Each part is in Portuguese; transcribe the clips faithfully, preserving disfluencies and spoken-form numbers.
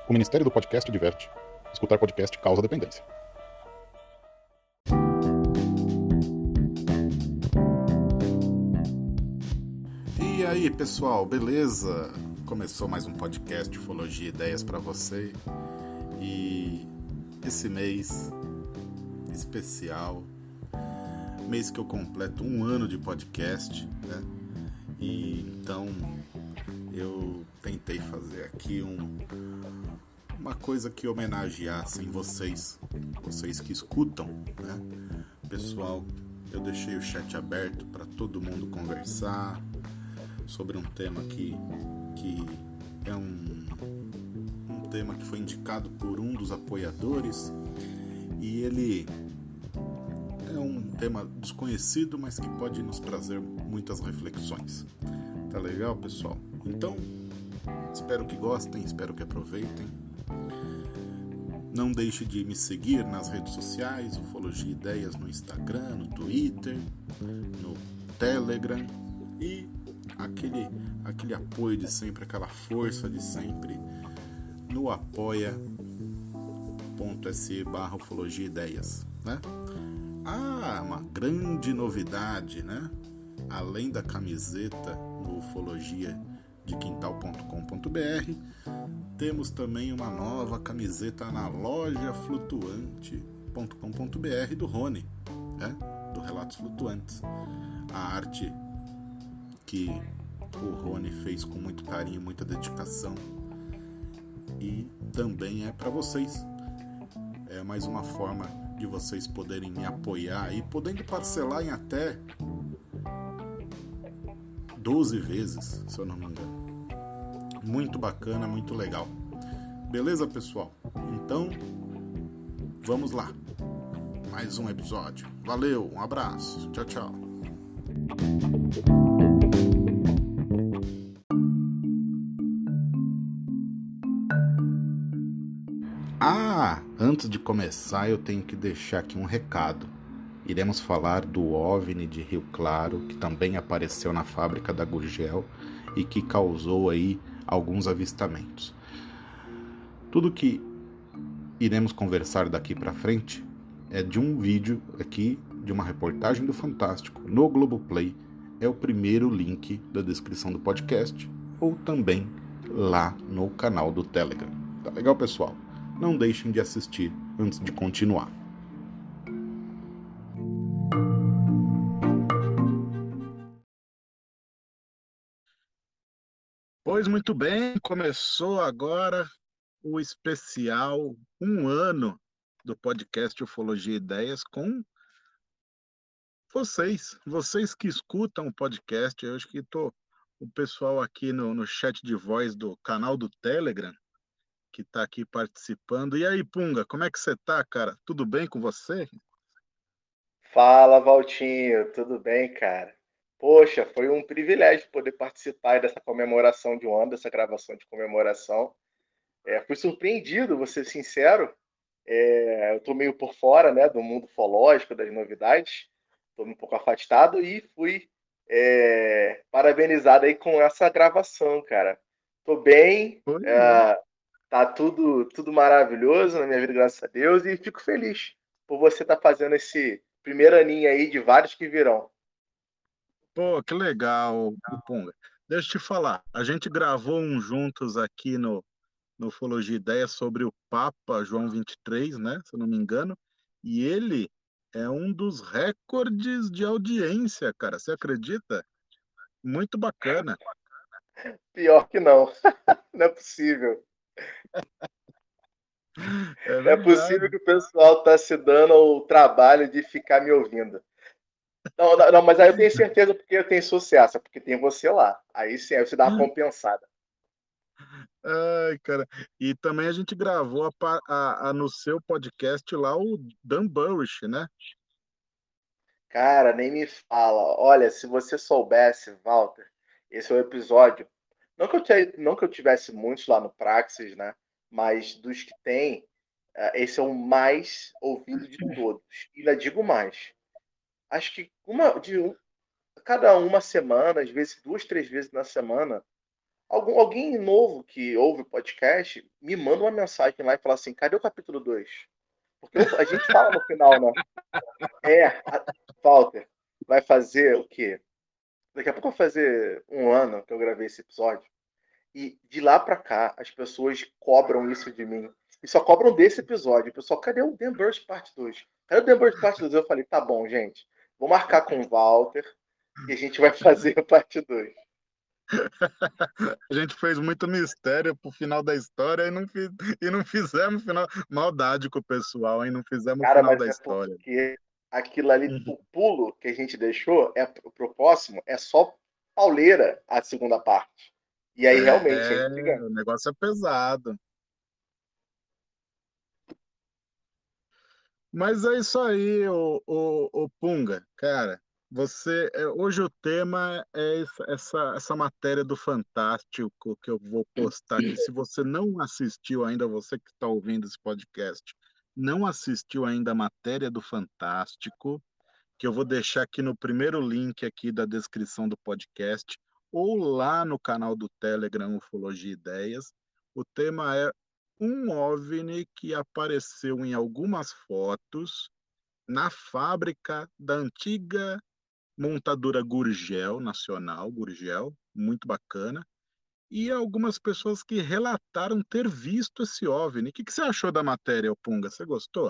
O Ministério do Podcast diverte. Escutar podcast causa dependência. E aí, pessoal, beleza? Começou mais um podcast Ufologia e Ideias para você. E esse mês especial, mês que eu completo um ano de podcast, né? E então eu tentei fazer aqui um, uma coisa que homenageasse vocês, vocês que escutam, né? Pessoal, eu deixei o chat aberto para todo mundo conversar sobre um tema que, que é um, um tema que foi indicado por um dos apoiadores e ele é um tema desconhecido, mas que pode nos trazer muitas reflexões. Tá legal, pessoal? Então, espero que gostem, espero que aproveitem. Não deixe de me seguir nas redes sociais, Ufologia e Ideias no Instagram, no Twitter, no Telegram e aquele, aquele apoio de sempre, aquela força de sempre no apoia.se barra Ufologia e Ideias, né? Ah, uma grande novidade, né? Além da camiseta no ufologia de quintal ponto com ponto b r, temos também uma nova camiseta na loja flutuante ponto com ponto b r do Rony, né? Do Relatos Flutuantes. A arte que o Rony fez com muito carinho, muita dedicação, e também é para vocês. É mais uma forma de vocês poderem me apoiar e podendo parcelar em até doze vezes, se eu não me engano. Muito bacana, muito legal. Beleza, pessoal? Então, vamos lá. Mais um episódio. Valeu, um abraço. Tchau, tchau. Ah, antes de começar eu tenho que deixar aqui um recado. Iremos falar do OVNI de Rio Claro, que também apareceu na fábrica da Gurgel e que causou aí alguns avistamentos. Tudo que iremos conversar daqui para frente é de um vídeo aqui, de uma reportagem do Fantástico no Globoplay. É o primeiro link da descrição do podcast ou também lá no canal do Telegram. Tá legal, pessoal? Não deixem de assistir antes de continuar. Pois muito bem, começou agora o especial um ano do podcast Ufologia e Ideias com vocês, vocês que escutam o podcast. Eu acho que tô, o pessoal aqui no, no chat de voz do canal do Telegram que está aqui participando. E aí, Punga, como é que você tá, cara? Tudo bem com você? Fala, Valtinho, tudo bem, cara? Poxa, foi um privilégio poder participar dessa comemoração de um ano, dessa gravação de comemoração. É, fui surpreendido, vou ser sincero. É, eu tô meio por fora, né, do mundo ufológico, das novidades. Tô um pouco afastado e fui é, parabenizado aí com essa gravação, cara. Tô bem, Pois é. é, tá tudo, tudo maravilhoso na minha vida, graças a Deus, e fico feliz por você estar fazendo esse primeiro aninho aí de vários que virão. Pô, que legal, o Punga. Deixa eu te falar, a gente gravou um juntos aqui no, no Ufologia e Ideias sobre o Papa João vinte e três, né? Se eu não me engano. E ele é um dos recordes de audiência, cara. Você acredita? Muito bacana. Pior que não. Não é possível. É Não é possível verdade. que o pessoal tá se dando o trabalho de ficar me ouvindo. Não, não, não, mas aí eu tenho certeza porque eu tenho sucesso, porque tem você lá. Aí sim, aí você dá uma compensada. Ai, cara. E também a gente gravou a, pa- a- a- no seu podcast lá o Dan Burish, né? Cara, nem me fala. Olha, se você soubesse, Walter, esse é o episódio. Não que eu, te- não que eu tivesse muitos lá no Praxis, né? Mas dos que tem, eh, esse é o mais ouvido de todos. E ainda digo mais. Acho que uma de um- cada uma semana, às vezes duas, três vezes na semana, Algum, alguém novo que ouve o podcast, me manda uma mensagem lá e fala assim, cadê o capítulo dois? Porque eu- a gente fala no final, né? É, a- Walter, vai fazer o quê? Daqui a pouco vai fazer um ano que eu gravei esse episódio. E de lá pra cá, as pessoas cobram isso de mim. E só cobram desse episódio. O pessoal, cadê o Dan Burst parte dois? Cadê o Dan Burst parte dois? Eu falei, tá bom, gente. Vou marcar com o Walter e a gente vai fazer a parte dois. A gente fez muito mistério pro final da história e não, fiz, e não fizemos final. Maldade com o pessoal, hein? Não fizemos o Cara, final mas da é história. porque aquilo ali, Uhum. o pulo que a gente deixou é pro próximo, é só pauleira a segunda parte. E aí realmente a É, gente ganha. o negócio é pesado. Mas é isso aí, o, o, o Punga, cara. Você, é, hoje o tema é essa, essa, essa matéria do Fantástico que eu vou postar aqui. Se você não assistiu ainda, você que está ouvindo esse podcast, não assistiu ainda a matéria do Fantástico, que eu vou deixar aqui no primeiro link aqui da descrição do podcast, ou lá no canal do Telegram Ufologia Ideias. O tema é um OVNI que apareceu em algumas fotos na fábrica da antiga montadora Gurgel, Nacional Gurgel, muito bacana, e algumas pessoas que relataram ter visto esse OVNI. O que que você achou da matéria, Punga? Você gostou?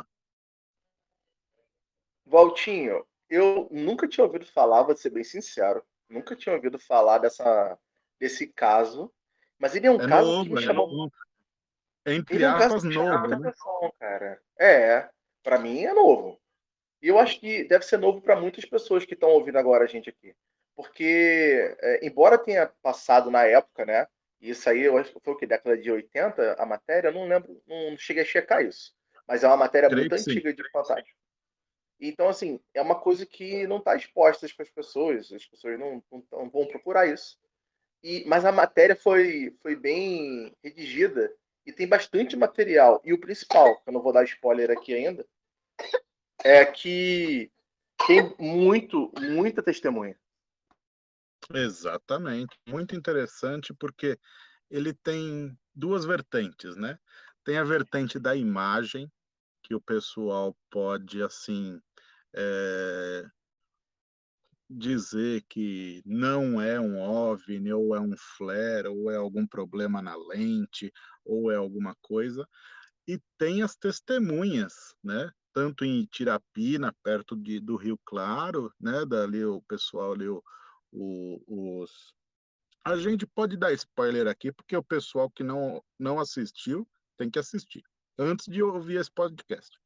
Valtinho, eu nunca tinha ouvido falar, vou ser bem sincero, nunca tinha ouvido falar dessa, desse caso, mas ele é um É caso que me novo, é chamou, um, entre ele é um caso aspas, que me chamou novo, muita né? atenção, cara. É, pra mim é novo. E eu acho que deve ser novo para muitas pessoas que estão ouvindo agora a gente aqui. Porque, é, embora tenha passado na época, né? Isso aí, eu acho que foi o que? Década de oitenta a matéria? Eu não lembro, não cheguei a checar isso. Mas é uma matéria Creio muito que sim. antiga de Fantástico. Então, assim, é uma coisa que não está exposta para as pessoas, as pessoas não, não, não vão procurar isso. E, mas a matéria foi, foi bem redigida e tem bastante material. E o principal, que eu não vou dar spoiler aqui ainda, é que tem muito, muita testemunha. Exatamente. Muito interessante porque ele tem duas vertentes, né? Tem a vertente da imagem, que o pessoal pode, assim, eh, dizer que não é um OVNI, ou é um flare, ou é algum problema na lente, ou é alguma coisa. E tem as testemunhas, né? Tanto em Tirapina, perto de, do Rio Claro, né? Dali o pessoal ali, o, o, os... A gente pode dar spoiler aqui, porque o pessoal que não, não assistiu tem que assistir, antes de ouvir esse podcast.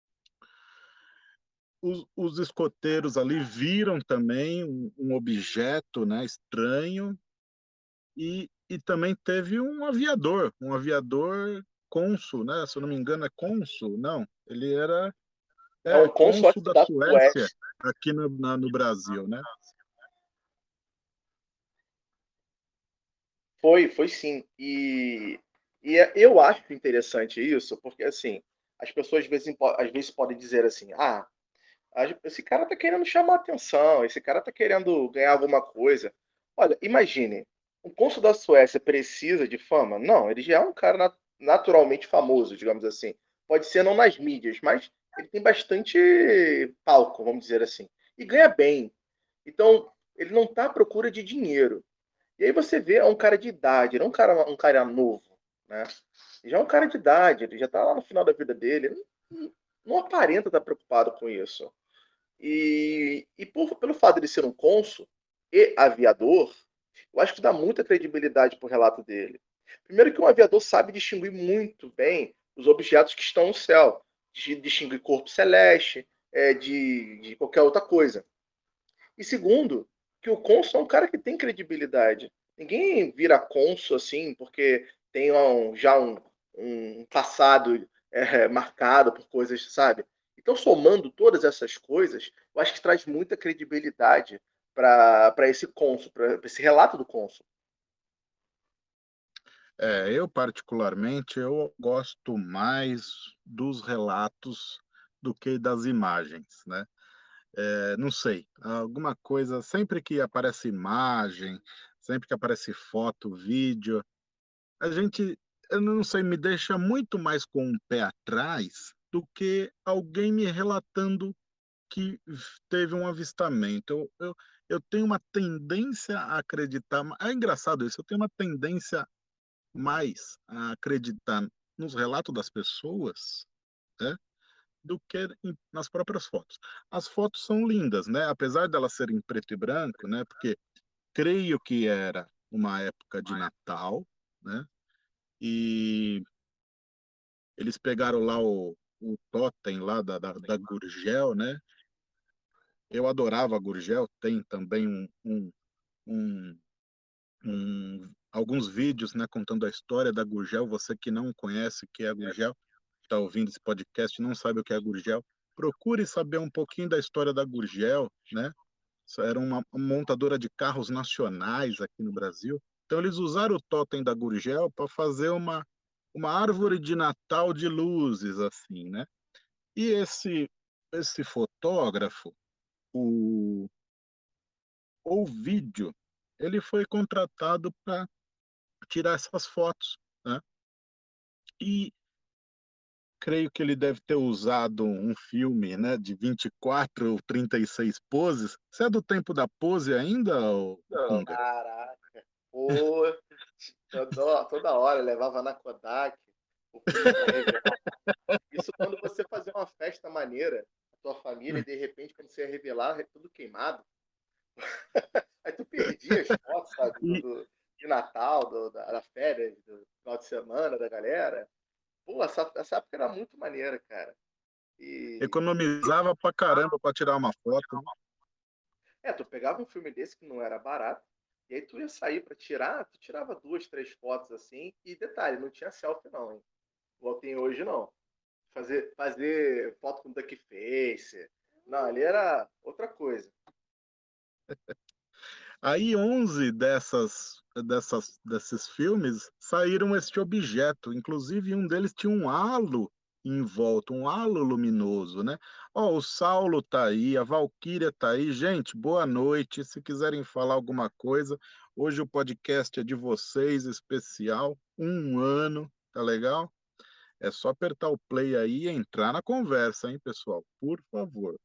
Os, os escoteiros ali viram também um, um objeto, né, estranho, e, e também teve um aviador, um aviador cônsul, né? Se eu não me engano, é cônsul? Não, ele era É é um cônsul consórcio da da Suécia Suécia. aqui no, na- no Brasil, né? Foi, foi sim. E, e é- eu acho interessante isso, porque assim, as pessoas às vezes, po- às vezes podem dizer assim, ah, a- esse cara tá querendo chamar atenção, esse cara tá querendo ganhar alguma coisa. Olha, imagine, o cônsul da Suécia precisa de fama? Não, ele já é um cara nat- naturalmente famoso, digamos assim. Pode ser não nas mídias, mas ele tem bastante palco, vamos dizer assim. E ganha bem. Então, ele não está à procura de dinheiro. E aí você vê, é um cara de idade, não é um cara, um cara novo, né? Já é um cara de idade, ele já está lá no final da vida dele. Ele Não, não aparenta estar preocupado com isso. E, e por, pelo fato de ele ser um cônsul e aviador, eu acho que dá muita credibilidade para o relato dele. Primeiro que um aviador sabe distinguir muito bem os objetos que estão no céu, de distinguir corpo celeste, é, de, de qualquer outra coisa. E segundo, que o cônsul é um cara que tem credibilidade. Ninguém vira cônsul assim porque tem um, já um, um passado é, marcado por coisas, sabe? Então, somando todas essas coisas, eu acho que traz muita credibilidade para esse cônsul, para esse relato do cônsul. É, eu particularmente eu gosto mais dos relatos do que das imagens, né? É, não sei, alguma coisa, sempre que aparece imagem, sempre que aparece foto, vídeo, a gente, eu não sei, me deixa muito mais com o pé atrás do que alguém me relatando que teve um avistamento. Eu, eu, eu tenho uma tendência a acreditar, é engraçado isso, eu tenho uma tendência mais a acreditar nos relatos das pessoas, né, do que em- nas próprias fotos. As fotos são lindas, né? Apesar delas serem em preto e branco, né? Porque creio que era uma época de Natal, né? E eles pegaram lá o, o totem lá da, da, da Gurgel, né? Eu adorava a Gurgel, tem também um, um, um, um- alguns vídeos, né, contando a história da Gurgel. Você que não conhece o que é a Gurgel, está ouvindo esse podcast, não sabe o que é a Gurgel, procure saber um pouquinho da história da Gurgel, né? Isso era uma montadora de carros nacionais aqui no Brasil. Então eles usaram o totem da Gurgel para fazer uma, uma árvore de Natal de luzes, assim, né? E esse, esse fotógrafo, o, o vídeo, ele foi contratado para tirar essas fotos, né? E creio que ele deve ter usado um filme, né, de vinte e quatro ou trinta e seis poses. Você é do tempo da pose ainda, ô- ô Punga? Caraca, pô, toda, toda hora eu levava na Kodak o filme para revelar. Isso quando você fazia uma festa maneira, a tua família, e de repente, quando você ia revelar, é tudo queimado. Aí tu perdia as fotos, sabe, do, E do- de Natal, do, da, da férias, do final de semana da galera. Pô, essa, essa época era muito maneira, cara. E, economizava pra caramba para tirar uma foto, né? é, tu pegava um filme desse que não era barato, e aí tu ia sair pra tirar, tu tirava duas, três fotos assim, e detalhe, não tinha selfie não, hein? Igual tem hoje, não. Fazer, fazer foto com duck face. Não, ali era outra coisa. Aí onze dessas, dessas, desses filmes saíram este objeto. Inclusive, um deles tinha um halo em volta, um halo luminoso, né? Ó, o Saulo tá aí, a Valquíria tá aí. Gente, boa noite. Se quiserem falar alguma coisa, hoje o podcast é de vocês, especial, um ano, tá legal? É só apertar o play aí e entrar na conversa, hein, pessoal? Por favor.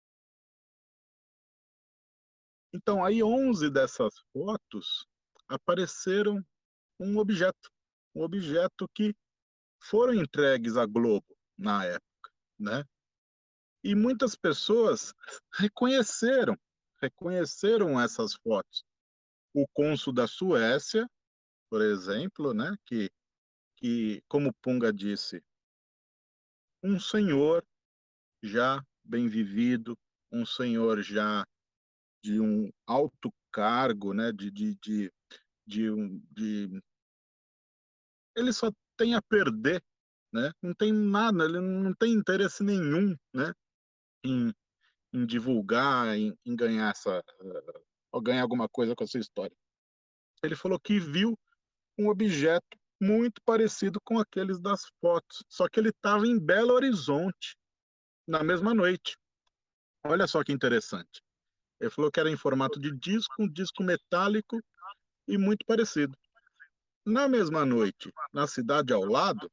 Então, aí onze dessas fotos apareceram um objeto, um objeto que foram entregues à Globo na época, né? E muitas pessoas reconheceram, reconheceram essas fotos. O cônsul da Suécia, por exemplo, né? Que, que como Punga disse, um senhor já bem vivido, um senhor já de um alto cargo, né? De, de, de, de, um, de ele só tem a perder, né? Não tem nada, ele não tem interesse nenhum, né? Em, em divulgar, em, em ganhar essa, uh, ou ganhar alguma coisa com essa história. Ele falou que viu um objeto muito parecido com aqueles das fotos, só que ele estava em Belo Horizonte na mesma noite. Olha só que interessante. Ele falou que era em formato de disco, um disco metálico e muito parecido. Na mesma noite, na cidade ao lado,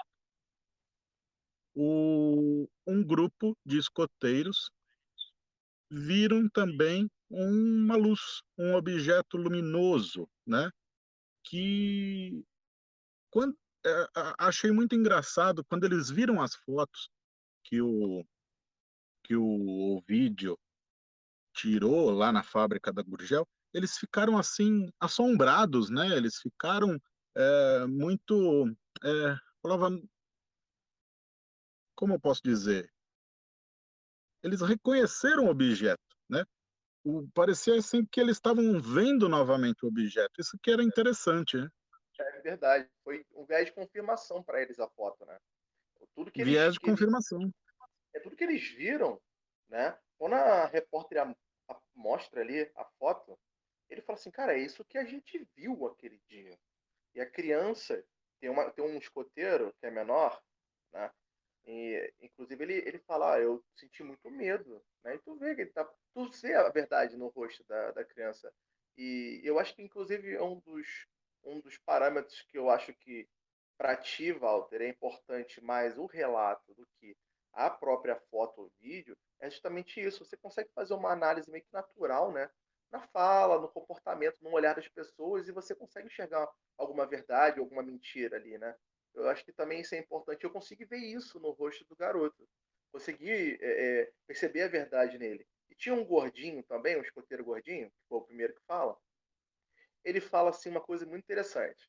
o, um grupo de escoteiros viram também uma luz, um objeto luminoso, né? Que quando, é, achei muito engraçado quando eles viram as fotos que o que o vídeo tirou lá na fábrica da Gurgel, eles ficaram assim assombrados, né? Eles ficaram é, muito, é, falava, como eu posso dizer? Eles reconheceram o objeto, né? O, parecia assim que eles estavam vendo novamente o objeto. Isso que era interessante, né? É verdade. Foi um viés de confirmação para eles a foto, né? Tudo que eles, Viés de que eles, confirmação. é tudo que eles viram, né? Quando a repórter a- a- mostra ali a foto, ele fala assim, cara, é isso que a gente viu aquele dia. E a criança tem, uma, tem um escoteiro que é menor, né? E, inclusive ele, ele fala, ah, eu senti muito medo, né? E tu vê que ele tá, tu vê a verdade no rosto da, da criança. E eu acho que, inclusive, é um dos, um dos parâmetros que eu acho que, para ti, Walter, é importante mais o relato do que a própria foto ou vídeo, é justamente isso. Você consegue fazer uma análise meio que natural, né? Na fala, no comportamento, no olhar das pessoas, e você consegue enxergar alguma verdade, alguma mentira ali, né? Eu acho que também isso é importante. Eu consegui ver isso no rosto do garoto. Consegui é, é, perceber a verdade nele. E tinha um gordinho também, um escoteiro gordinho, que foi o primeiro que fala. Ele fala assim uma coisa muito interessante.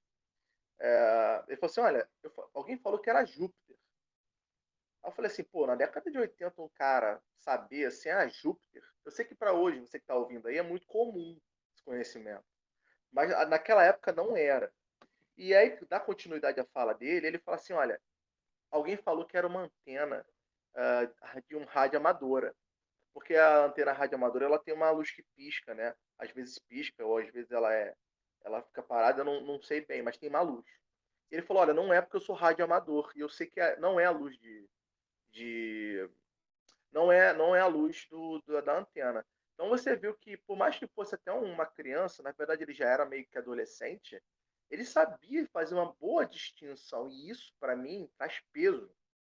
É, ele falou assim: olha, eu, alguém falou que era Júpiter. Aí eu falei assim: pô, na década de oitenta, um cara saber assim, ah, Júpiter. Eu sei que para hoje, você que está ouvindo aí, é muito comum esse conhecimento. Mas naquela época não era. E aí, dá continuidade à fala dele, ele fala assim: olha, alguém falou que era uma antena uh, de um rádio amadora. Porque a antena radioamadora ela tem uma luz que pisca, né? Às vezes pisca, ou às vezes ela é, ela fica parada, eu não, não sei bem, mas tem uma luz. Ele falou: olha, não é porque eu sou radioamador, e eu sei que é, não é a luz de, de não é, não é a luz do, do, da antena. Então você viu que, por mais que fosse até uma criança, na verdade ele já era meio que adolescente, ele sabia fazer uma boa distinção, e isso, para mim, traz peso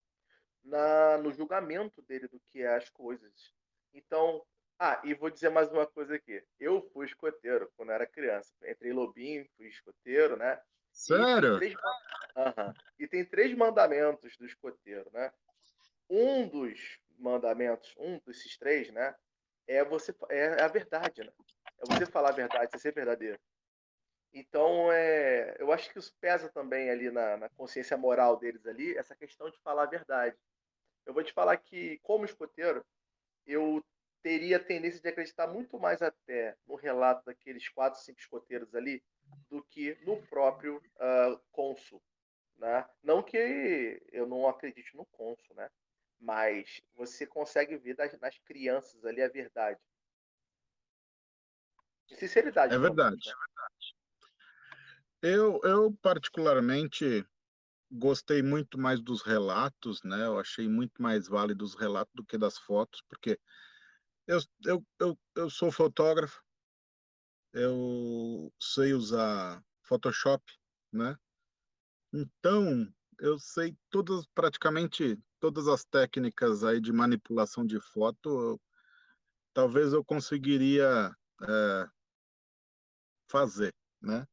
na, no julgamento dele do que é as coisas. Então, ah, e vou dizer mais uma coisa aqui. Eu fui escoteiro quando era criança. Entrei em Lobinho, fui escoteiro, né? E tem Sério? três, uhum. E tem três mandamentos do escoteiro, né? Um dos mandamentos, um desses três, né? É você é a verdade, né? É você falar a verdade, você ser verdadeiro. Então, é, eu acho que isso pesa também ali na, na consciência moral deles ali, essa questão de falar a verdade. Eu vou te falar que, como escoteiro, eu teria a tendência de acreditar muito mais até no relato daqueles quatro, cinco escoteiros ali do que no próprio uh, cônsul, né? Não que eu não acredite no cônsul, né? Mas você consegue ver das, nas crianças ali a verdade. E sinceridade, É pelo menos, verdade. né? Eu, eu particularmente gostei muito mais dos relatos, né? Eu achei muito mais válido os relatos do que das fotos, porque eu, eu, eu, eu sou fotógrafo, eu sei usar Photoshop, né? Então, eu sei todas, praticamente todas as técnicas aí de manipulação de foto, eu- talvez eu conseguiria é, fazer, né?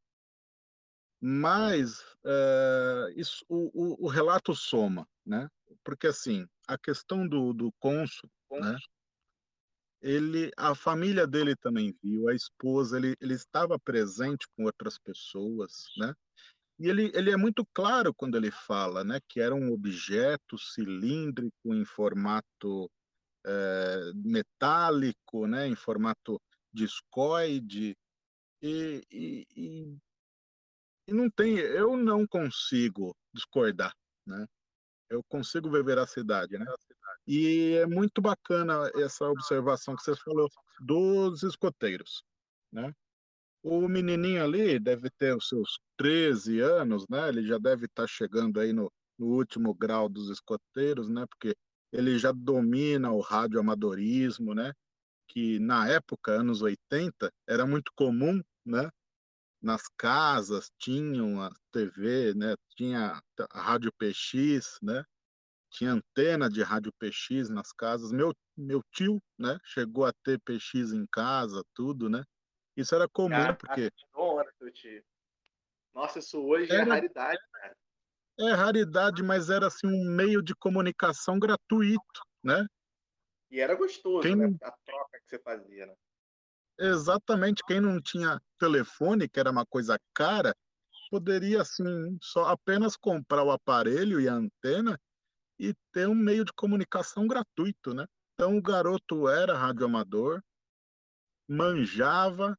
Mas é, isso, o, o, o relato soma, né? Porque assim, a questão do, do cônsul, né? Ele, a família dele também viu, a esposa, ele, ele estava presente com outras pessoas, né? E ele, ele é muito claro quando ele fala, né, que era um objeto cilíndrico em formato eh, metálico, né, em formato discoide, e, e, e, e não tem, eu não consigo discordar, né? Eu consigo ver veracidade, né? E é muito bacana essa observação que você falou dos escoteiros, né? O menininho ali deve ter os seus treze anos, né? Ele já deve estar chegando aí no, no último grau dos escoteiros, né? Porque ele já domina o radioamadorismo, né? Que na época, anos oitenta, era muito comum, né? Nas casas tinham a T V, né? Tinha a rádio P X, né? Tinha antena de rádio P X nas casas. Meu, meu tio, né? Chegou a ter P X em casa, tudo, né? Isso era comum, Caraca, porque que honra, teu tio. Nossa, isso hoje é era raridade, cara. é raridade, mas era assim um meio de comunicação gratuito, né? E era gostoso, né? Quem A troca que você fazia, né? exatamente quem não tinha telefone, que era uma coisa cara, poderia assim só apenas comprar o aparelho e a antena e ter um meio de comunicação gratuito, né? Então o garoto era radioamador, manjava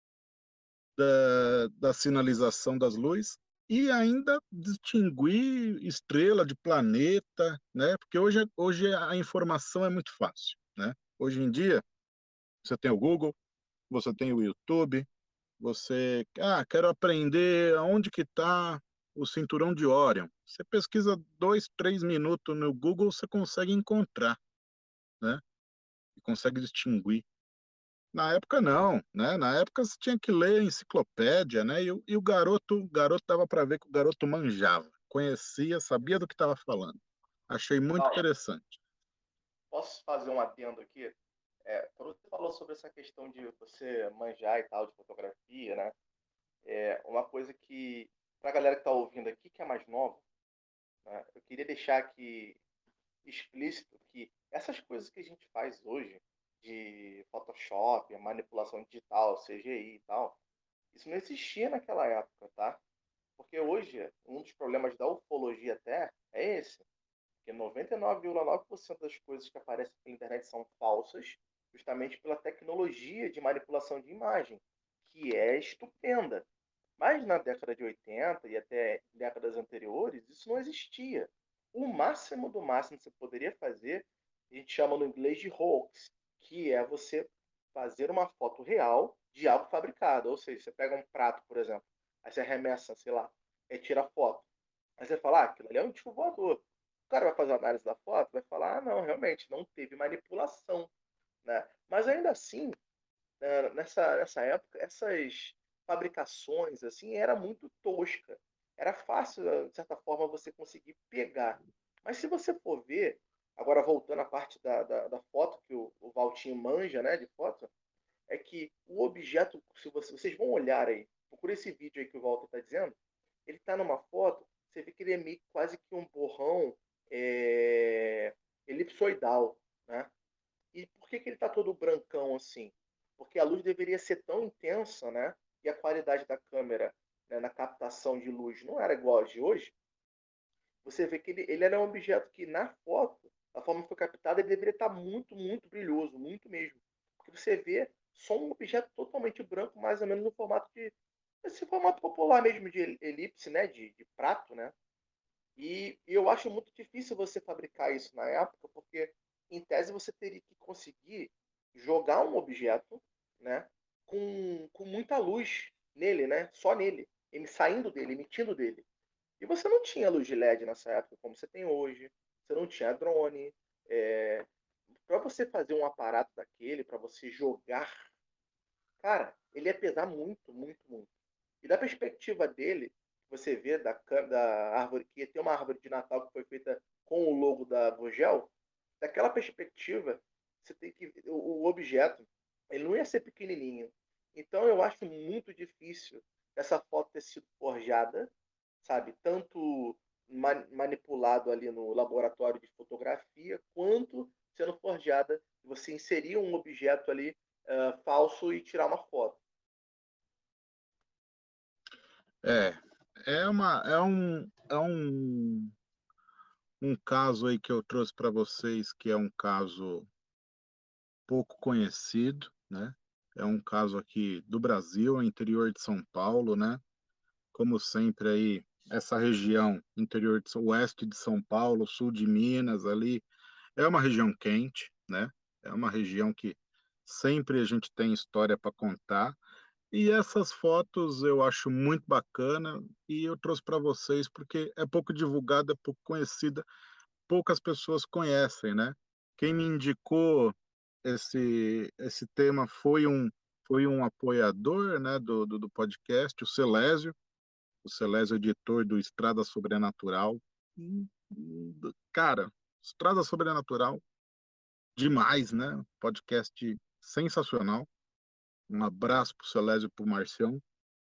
da, da sinalização das luzes e ainda distinguir estrela de planeta, né? Porque hoje, hoje a informação é muito fácil, né? Hoje em dia, você tem o Google, você tem o YouTube, você, ah, quero aprender aonde que está o cinturão de Órion. Você pesquisa dois, três minutos no Google, você consegue encontrar, né? E consegue distinguir. Na época não, né? Na época você tinha que ler a enciclopédia, né? E, o- e o garoto, o garoto dava para ver que o garoto manjava, conhecia, sabia do que estava falando. Achei muito Paulo, interessante. posso fazer um adendo aqui? É, quando você falou sobre essa questão de você manjar e tal, de fotografia, né? É uma coisa que, para a galera que está ouvindo aqui, que é mais nova, né, eu queria deixar aqui explícito que essas coisas que a gente faz hoje, de Photoshop, manipulação digital, C G I e tal, isso não existia naquela época, tá? Porque hoje, um dos problemas da ufologia até é esse, que noventa e nove vírgula nove por cento das coisas que aparecem pela internet são falsas, justamente pela tecnologia de manipulação de imagem, que é estupenda. Mas na década de oitenta e até décadas anteriores, isso não existia. O máximo do máximo que você poderia fazer, a gente chama no inglês de hoax, que é você fazer uma foto real de algo fabricado. Ou seja, você pega um prato, por exemplo, aí você arremessa, sei lá, e tira a foto. Aí você fala, ah, aquilo ali é um disco voador. O cara vai fazer a análise da foto, vai falar, ah, não, realmente, não teve manipulação. Né? Mas ainda assim, né, nessa, nessa época, essas fabricações assim era muito tosca. Era fácil, de certa forma, você conseguir pegar. Mas se você for ver, agora voltando à parte da, da, da foto, que o, o Valtinho manja né, de foto, é que o objeto, se você, vocês vão olhar aí, procura esse vídeo aí que o Walter está dizendo, ele está numa foto, você vê que ele é meio quase que um borrão é, elipsoidal, né? E por que, que ele está todo brancão assim? Porque a luz deveria ser tão intensa, né? E a qualidade da câmera, né, na captação de luz não era igual a de hoje. Você vê que ele, ele era um objeto que, na foto, a forma que foi captada, ele deveria estar muito, muito brilhoso, muito mesmo. Porque você vê só um objeto totalmente branco, mais ou menos no formato de. Esse formato popular mesmo de elipse, né? De, de prato, né? E, e eu acho muito difícil você fabricar isso na época, porque, em tese, você teria que conseguir jogar um objeto, né, com, com muita luz nele, né, só nele, ele saindo dele, emitindo dele. E você não tinha luz de L E D nessa época como você tem hoje, você não tinha drone. É... Para você fazer um aparato daquele, para você jogar, cara, ele ia pesar muito, muito, muito. E da perspectiva dele, você vê da, da árvore, que tem uma árvore de Natal que foi feita com o logo da Vogel, daquela perspectiva, você tem que o, o objeto, ele não ia ser pequenininho. Então eu acho muito difícil essa foto ter sido forjada, sabe? Tanto man, manipulado ali no laboratório de fotografia, quanto sendo forjada, você inserir um objeto ali uh, falso e tirar uma foto. É, é uma, é um, é um, um caso aí que eu trouxe para vocês que é um caso pouco conhecido, né? É um caso aqui do Brasil, interior de São Paulo, né? Como sempre aí, essa região interior de oeste de São Paulo, sul de Minas, ali, é uma região quente, né? É uma região que sempre a gente tem história para contar. E essas fotos eu acho muito bacana e eu trouxe para vocês porque é pouco divulgada, é pouco conhecida, poucas pessoas conhecem, né? Quem me indicou esse esse tema foi um foi um apoiador, né, do, do, do podcast, o Celésio, o Celésio, editor do Estrada Sobrenatural. Hum, hum, Cara, Estrada Sobrenatural, demais, né? Podcast sensacional. Um abraço pro Celésio e pro Marcião.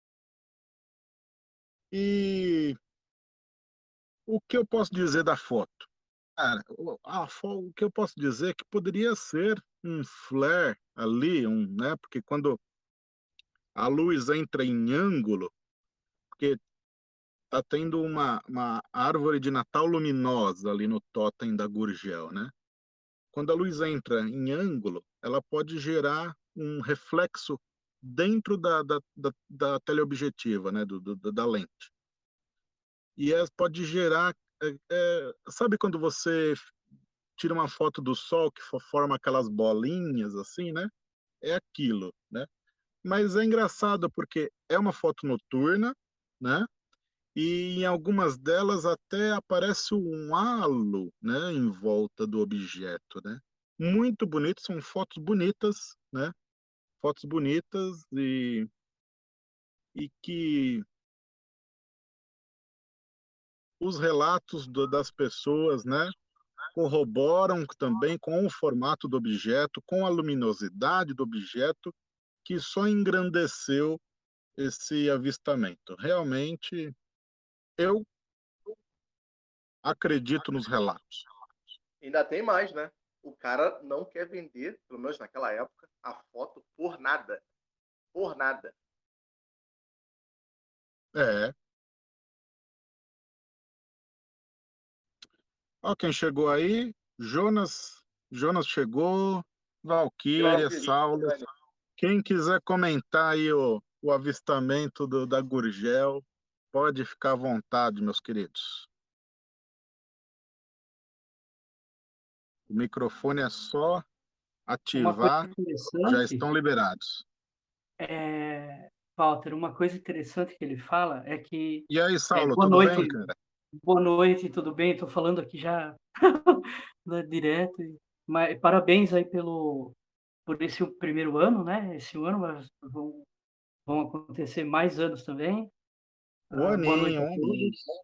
E o que eu posso dizer da foto? Cara, a foto, o que eu posso dizer é que poderia ser um flare ali, um, né? Porque quando a luz entra em ângulo, porque tá tendo uma, uma árvore de Natal luminosa ali no totem da Gurgel, né? Quando a luz entra em ângulo, ela pode gerar um reflexo dentro da, da, da, da teleobjetiva, né? Do, do, da lente. E é, pode gerar. É, é, sabe quando você tira uma foto do sol que forma aquelas bolinhas assim, né? É aquilo, né? Mas é engraçado porque é uma foto noturna, né? E em algumas delas até aparece um halo, né, em volta do objeto, né? Muito bonito, são fotos bonitas, né? fotos bonitas e, e que os relatos do, das pessoas, né, corroboram também com o formato do objeto, com a luminosidade do objeto, que só engrandeceu esse avistamento. Realmente, eu acredito nos relatos. Ainda tem mais, né? O cara não quer vender, pelo menos naquela época, a foto por nada. Por nada. É. Ó, quem chegou aí, Jonas, Jonas chegou, Valquíria, Grande, Saulo. grande. Quem quiser comentar aí o, o avistamento do, da Gurgel, pode ficar à vontade, meus queridos. O microfone é só Uma coisa ativar, já interessante, estão liberados. é, Walter, uma coisa interessante que ele fala é que E aí, é, Saulo, boa tudo noite, bem, cara? boa noite, tudo bem? Estou falando aqui já né, direto, e- mas parabéns aí pelo por esse primeiro ano, né? Esse ano mas vão, vão acontecer mais anos também. O Ah, boa noite aninho, a o aninho. todos.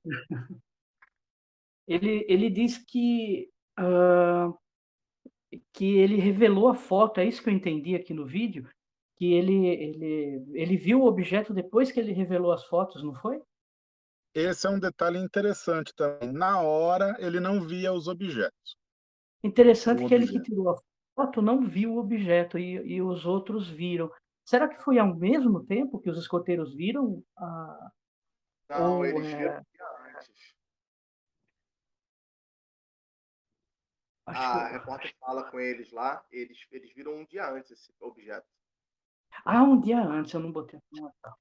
Ele ele diz que ah, que ele revelou a foto, é isso que eu entendi aqui no vídeo, que ele ele ele viu o objeto depois que ele revelou as fotos, não foi? Esse é um detalhe interessante também. Na hora, ele não via os objetos. Interessante O que ele que objeto. tirou a foto não viu o objeto e e os outros viram. Será que foi ao mesmo tempo que os escoteiros viram? Ah, Não, ou, eles viram eh, um dia antes. acho que A eu repórter fala com eles lá, eles, eles viram um dia antes esse objeto. ah, um dia antes, eu não botei ah, tá.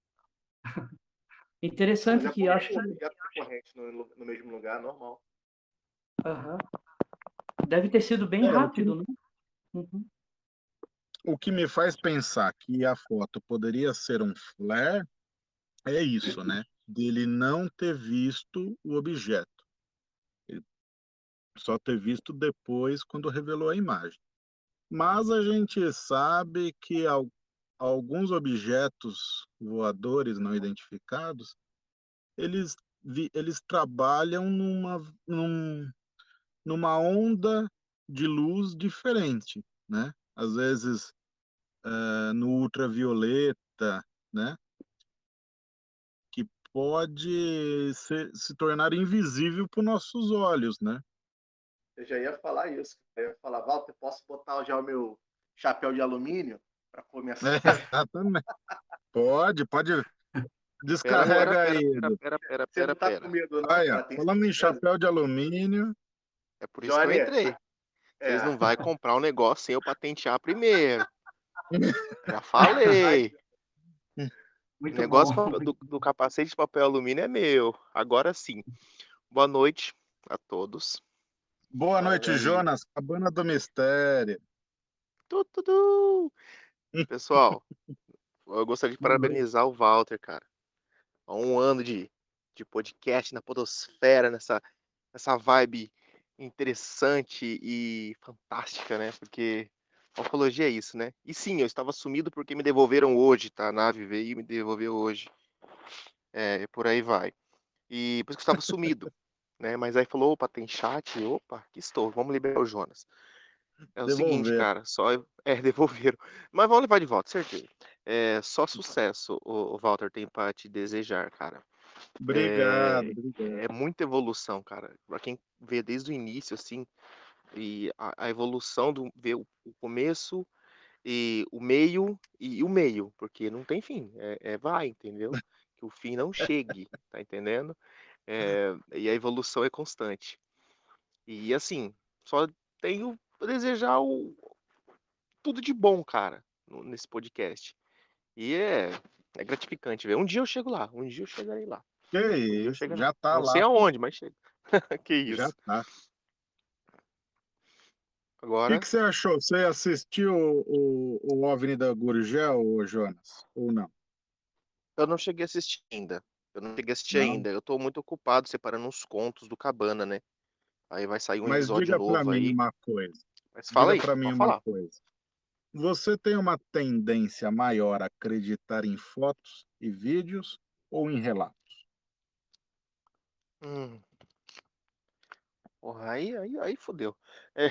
Não, mas Interessante é que comum acho um que objeto recorrente no, no mesmo lugar, normal. aham. Deve ter sido bem É, o que, rápido, né? Uhum. o que me faz pensar que a foto poderia ser um flare é isso, né? Dele não ter visto o objeto. Ele só ter visto depois, quando revelou a imagem. Mas a gente sabe que al- alguns objetos voadores não identificados, eles, vi- eles trabalham numa, num- numa onda de luz diferente, né? Às vezes eh, no ultravioleta, né? Que pode ser- se tornar invisível para os nossos olhos, né? Eu já ia falar isso. Eu ia falar, Walter, posso botar já o meu chapéu de alumínio para começar? É, exatamente. Pode, pode. Pera, pera, Descarrega pera, aí, pera, Edu. pera, pera, Você não pera, tá com pera. medo, não, Aí, ó, cara? Tem falando em certeza? chapéu de alumínio, É por isso que eu Johnny, entrei. Vocês é. não vão comprar um negócio sem eu patentear primeiro. Já Ai, falei. O Muito bom. negócio pa- do, do capacete de papel alumínio é meu. Agora sim. Boa noite a todos. boa noite, parabéns. Jonas, Cabana do Mistério. Tu, tu, tu. Pessoal, eu gostaria de Boa noite. parabenizar o Walter, cara. Há um ano de, de podcast na podosfera, nessa, nessa vibe interessante e fantástica, né? Porque a ufologia é isso, né? E sim, eu estava sumido porque me devolveram hoje, tá? A nave veio e me devolveu hoje. É, por aí vai. E por isso que eu estava sumido, né? Mas aí falou, opa, tem chat. Opa, aqui estou, vamos liberar o Jonas. É o seguinte, Devolver. cara, só é, devolveram. Mas vamos levar de volta, certeza. É, só sucesso o, o Walter tem para te desejar, cara. Obrigado, É, obrigado. é muita evolução, cara. Pra quem vê desde o início, assim, e a, a evolução do ver o, o começo e o meio e o meio, porque não tem fim. É, é vai, entendeu? Que o fim não chegue, tá entendendo? É, e a evolução é constante. E assim, só tenho a desejar o, tudo de bom, cara, no- nesse podcast. E é, é gratificante ver. Um dia eu chego lá, um dia eu chegarei lá. Que Um dia eu isso, chegarei lá. já tá Não sei lá, pô. aonde, mas chega. Que Já isso. tá. O que, Agora, que você achou? Você assistiu o, o, o OVNI da Gurgel, ô Jonas? Ou não? eu não cheguei a assistir ainda. Eu não cheguei a assistir Não? ainda. Eu tô muito ocupado separando uns contos do Cabana, né? Aí vai sair um Mas episódio diga para novo mim aí. uma coisa. Mas fala Diga aí, para mim pode uma falar. coisa. você tem uma tendência maior a acreditar em fotos e vídeos ou em relatos? Hum, porra, aí, aí, aí fodeu. É,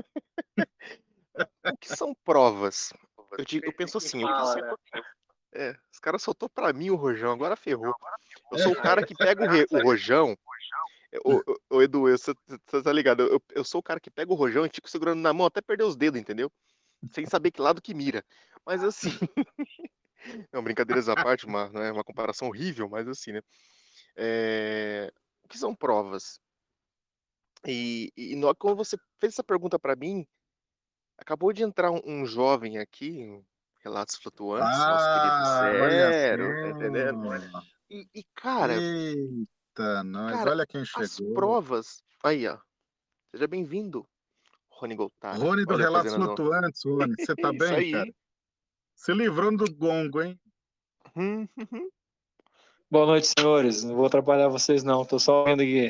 o que são provas? Eu, digo, eu penso assim, o que Fala, são, né? é, os caras soltou pra mim o rojão, agora ferrou. Eu sou o cara que pega o, re- o rojão. Ô, ô, ô, Edu, você tá ligado? Eu, eu sou o cara que pega o rojão e fico segurando na mão até perder os dedos, entendeu? Sem saber que lado que mira. Mas assim, não, brincadeiras à parte, uma, não é uma comparação horrível, mas assim, né? É, o que são provas? E, e na hora que você fez essa pergunta pra mim, acabou de entrar um, um jovem aqui, um Relatos Flutuantes, nosso querido Ah, olha Zero, tá entendendo? só. E, e, cara, Eita, nós, cara, olha quem as chegou. provas. Aí, ó. Seja bem-vindo, Rony Goltara. Rony do Olha eu Relatos fazendo as honras. Flutuantes, Rony. Você tá Isso bem, cara? aí. Se livrando do gongo, hein? Hum, hum, hum. Boa noite, senhores. Não vou atrapalhar vocês, não. Tô só vendo aqui.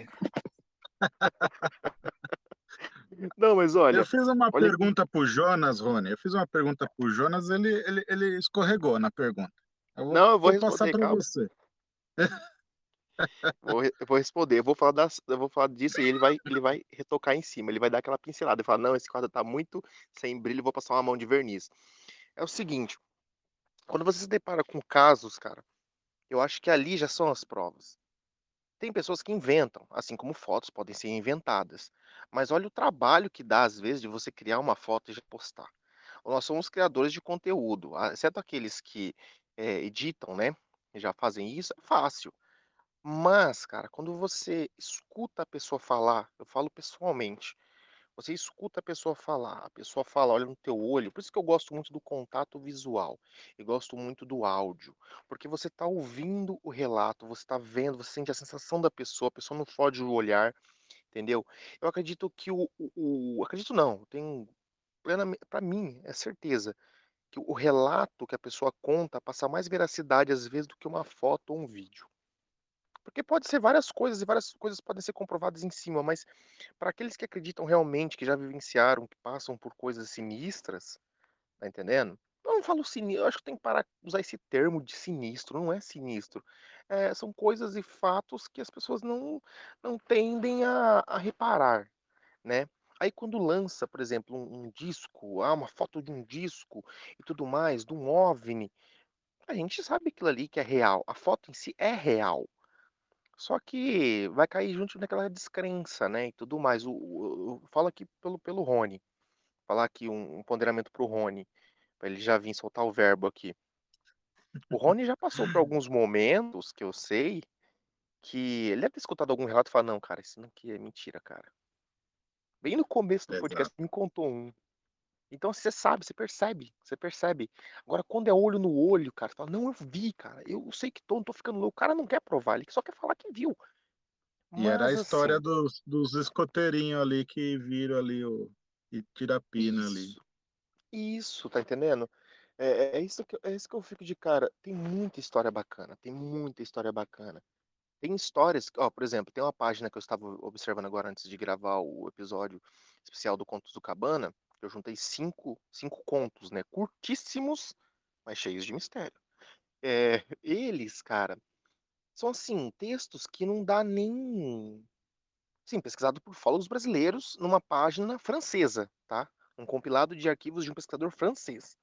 Não, mas Eu olha, fiz uma olha que. pergunta pro Jonas, Rony. Eu fiz uma pergunta pro Jonas, ele, ele, ele escorregou na pergunta. Eu vou, Não, eu vou vou passar responder, para calma. você. Vou, re- eu vou responder. Eu vou falar das, eu vou falar disso e ele vai, ele vai retocar em cima. Ele vai dar aquela pincelada. Ele fala, não, esse quadro tá muito sem brilho, eu vou passar uma mão de verniz. É o seguinte, quando você se depara com casos, cara, eu acho que ali já são as provas. Tem pessoas que inventam, assim como fotos podem ser inventadas. Mas olha o trabalho que dá, às vezes, de você criar uma foto e já postar. Nós somos criadores de conteúdo, ah, exceto aqueles que eh, editam, né? E já fazem isso, é fácil. Mas, cara, quando você escuta a pessoa falar, eu falo pessoalmente, você escuta a pessoa falar, a pessoa fala, olha no teu olho, por isso que eu gosto muito do contato visual, e gosto muito do áudio, porque você está ouvindo o relato, você está vendo, você sente a sensação da pessoa, a pessoa não fode o olhar, entendeu? Eu acredito que o, o, o- acredito não, tenho plenamente, para mim, é certeza que o relato que a pessoa conta passa mais veracidade às vezes do que uma foto ou um vídeo. Porque pode ser várias coisas e várias coisas podem ser comprovadas em cima, mas para aqueles que acreditam realmente, que já vivenciaram, que passam por coisas sinistras, tá entendendo? Eu não falo sinistro, eu acho que tem que parar de usar esse termo de sinistro, não é sinistro. É, são coisas e fatos que as pessoas não, não tendem a, a reparar, né? Aí quando lança, por exemplo, um, um disco, ah, uma foto de um disco e tudo mais, de um OVNI, a gente sabe aquilo ali que é real. A foto em si é real. Só que vai cair junto naquela descrença, né, e tudo mais. O o eu falo aqui pelo pelo Rony, falar aqui um um ponderamento para o Rony, pra ele já vir soltar o verbo aqui. O Rony já passou por alguns momentos que eu sei, que ele deve ter escutado algum relato e falar: "Não, cara, isso aqui é mentira, cara". Bem no começo do podcast Exato. me contou um. Então você sabe, você percebe, você percebe. Agora quando é olho no olho, cara, você fala: "Não, eu vi, cara, eu sei que tô não tô ficando louco". O cara não quer provar, ele só quer falar que viu. E era a Mas história assim, dos, dos escoteirinhos ali que viram ali o e tirapina ali. isso. Isso, tá entendendo? É, é isso que, é isso que eu fico de cara. Tem muita história bacana, tem muita história bacana. Tem histórias, ó, por exemplo, tem uma página que eu estava observando agora antes de gravar o episódio especial do Contos do Cabana, que eu juntei cinco, cinco contos, né? Curtíssimos, mas cheios de mistério. É, eles, cara, são assim, textos que não dá nem. Sim, pesquisado por fólogos brasileiros numa página francesa, tá? Um compilado de arquivos de um pesquisador francês.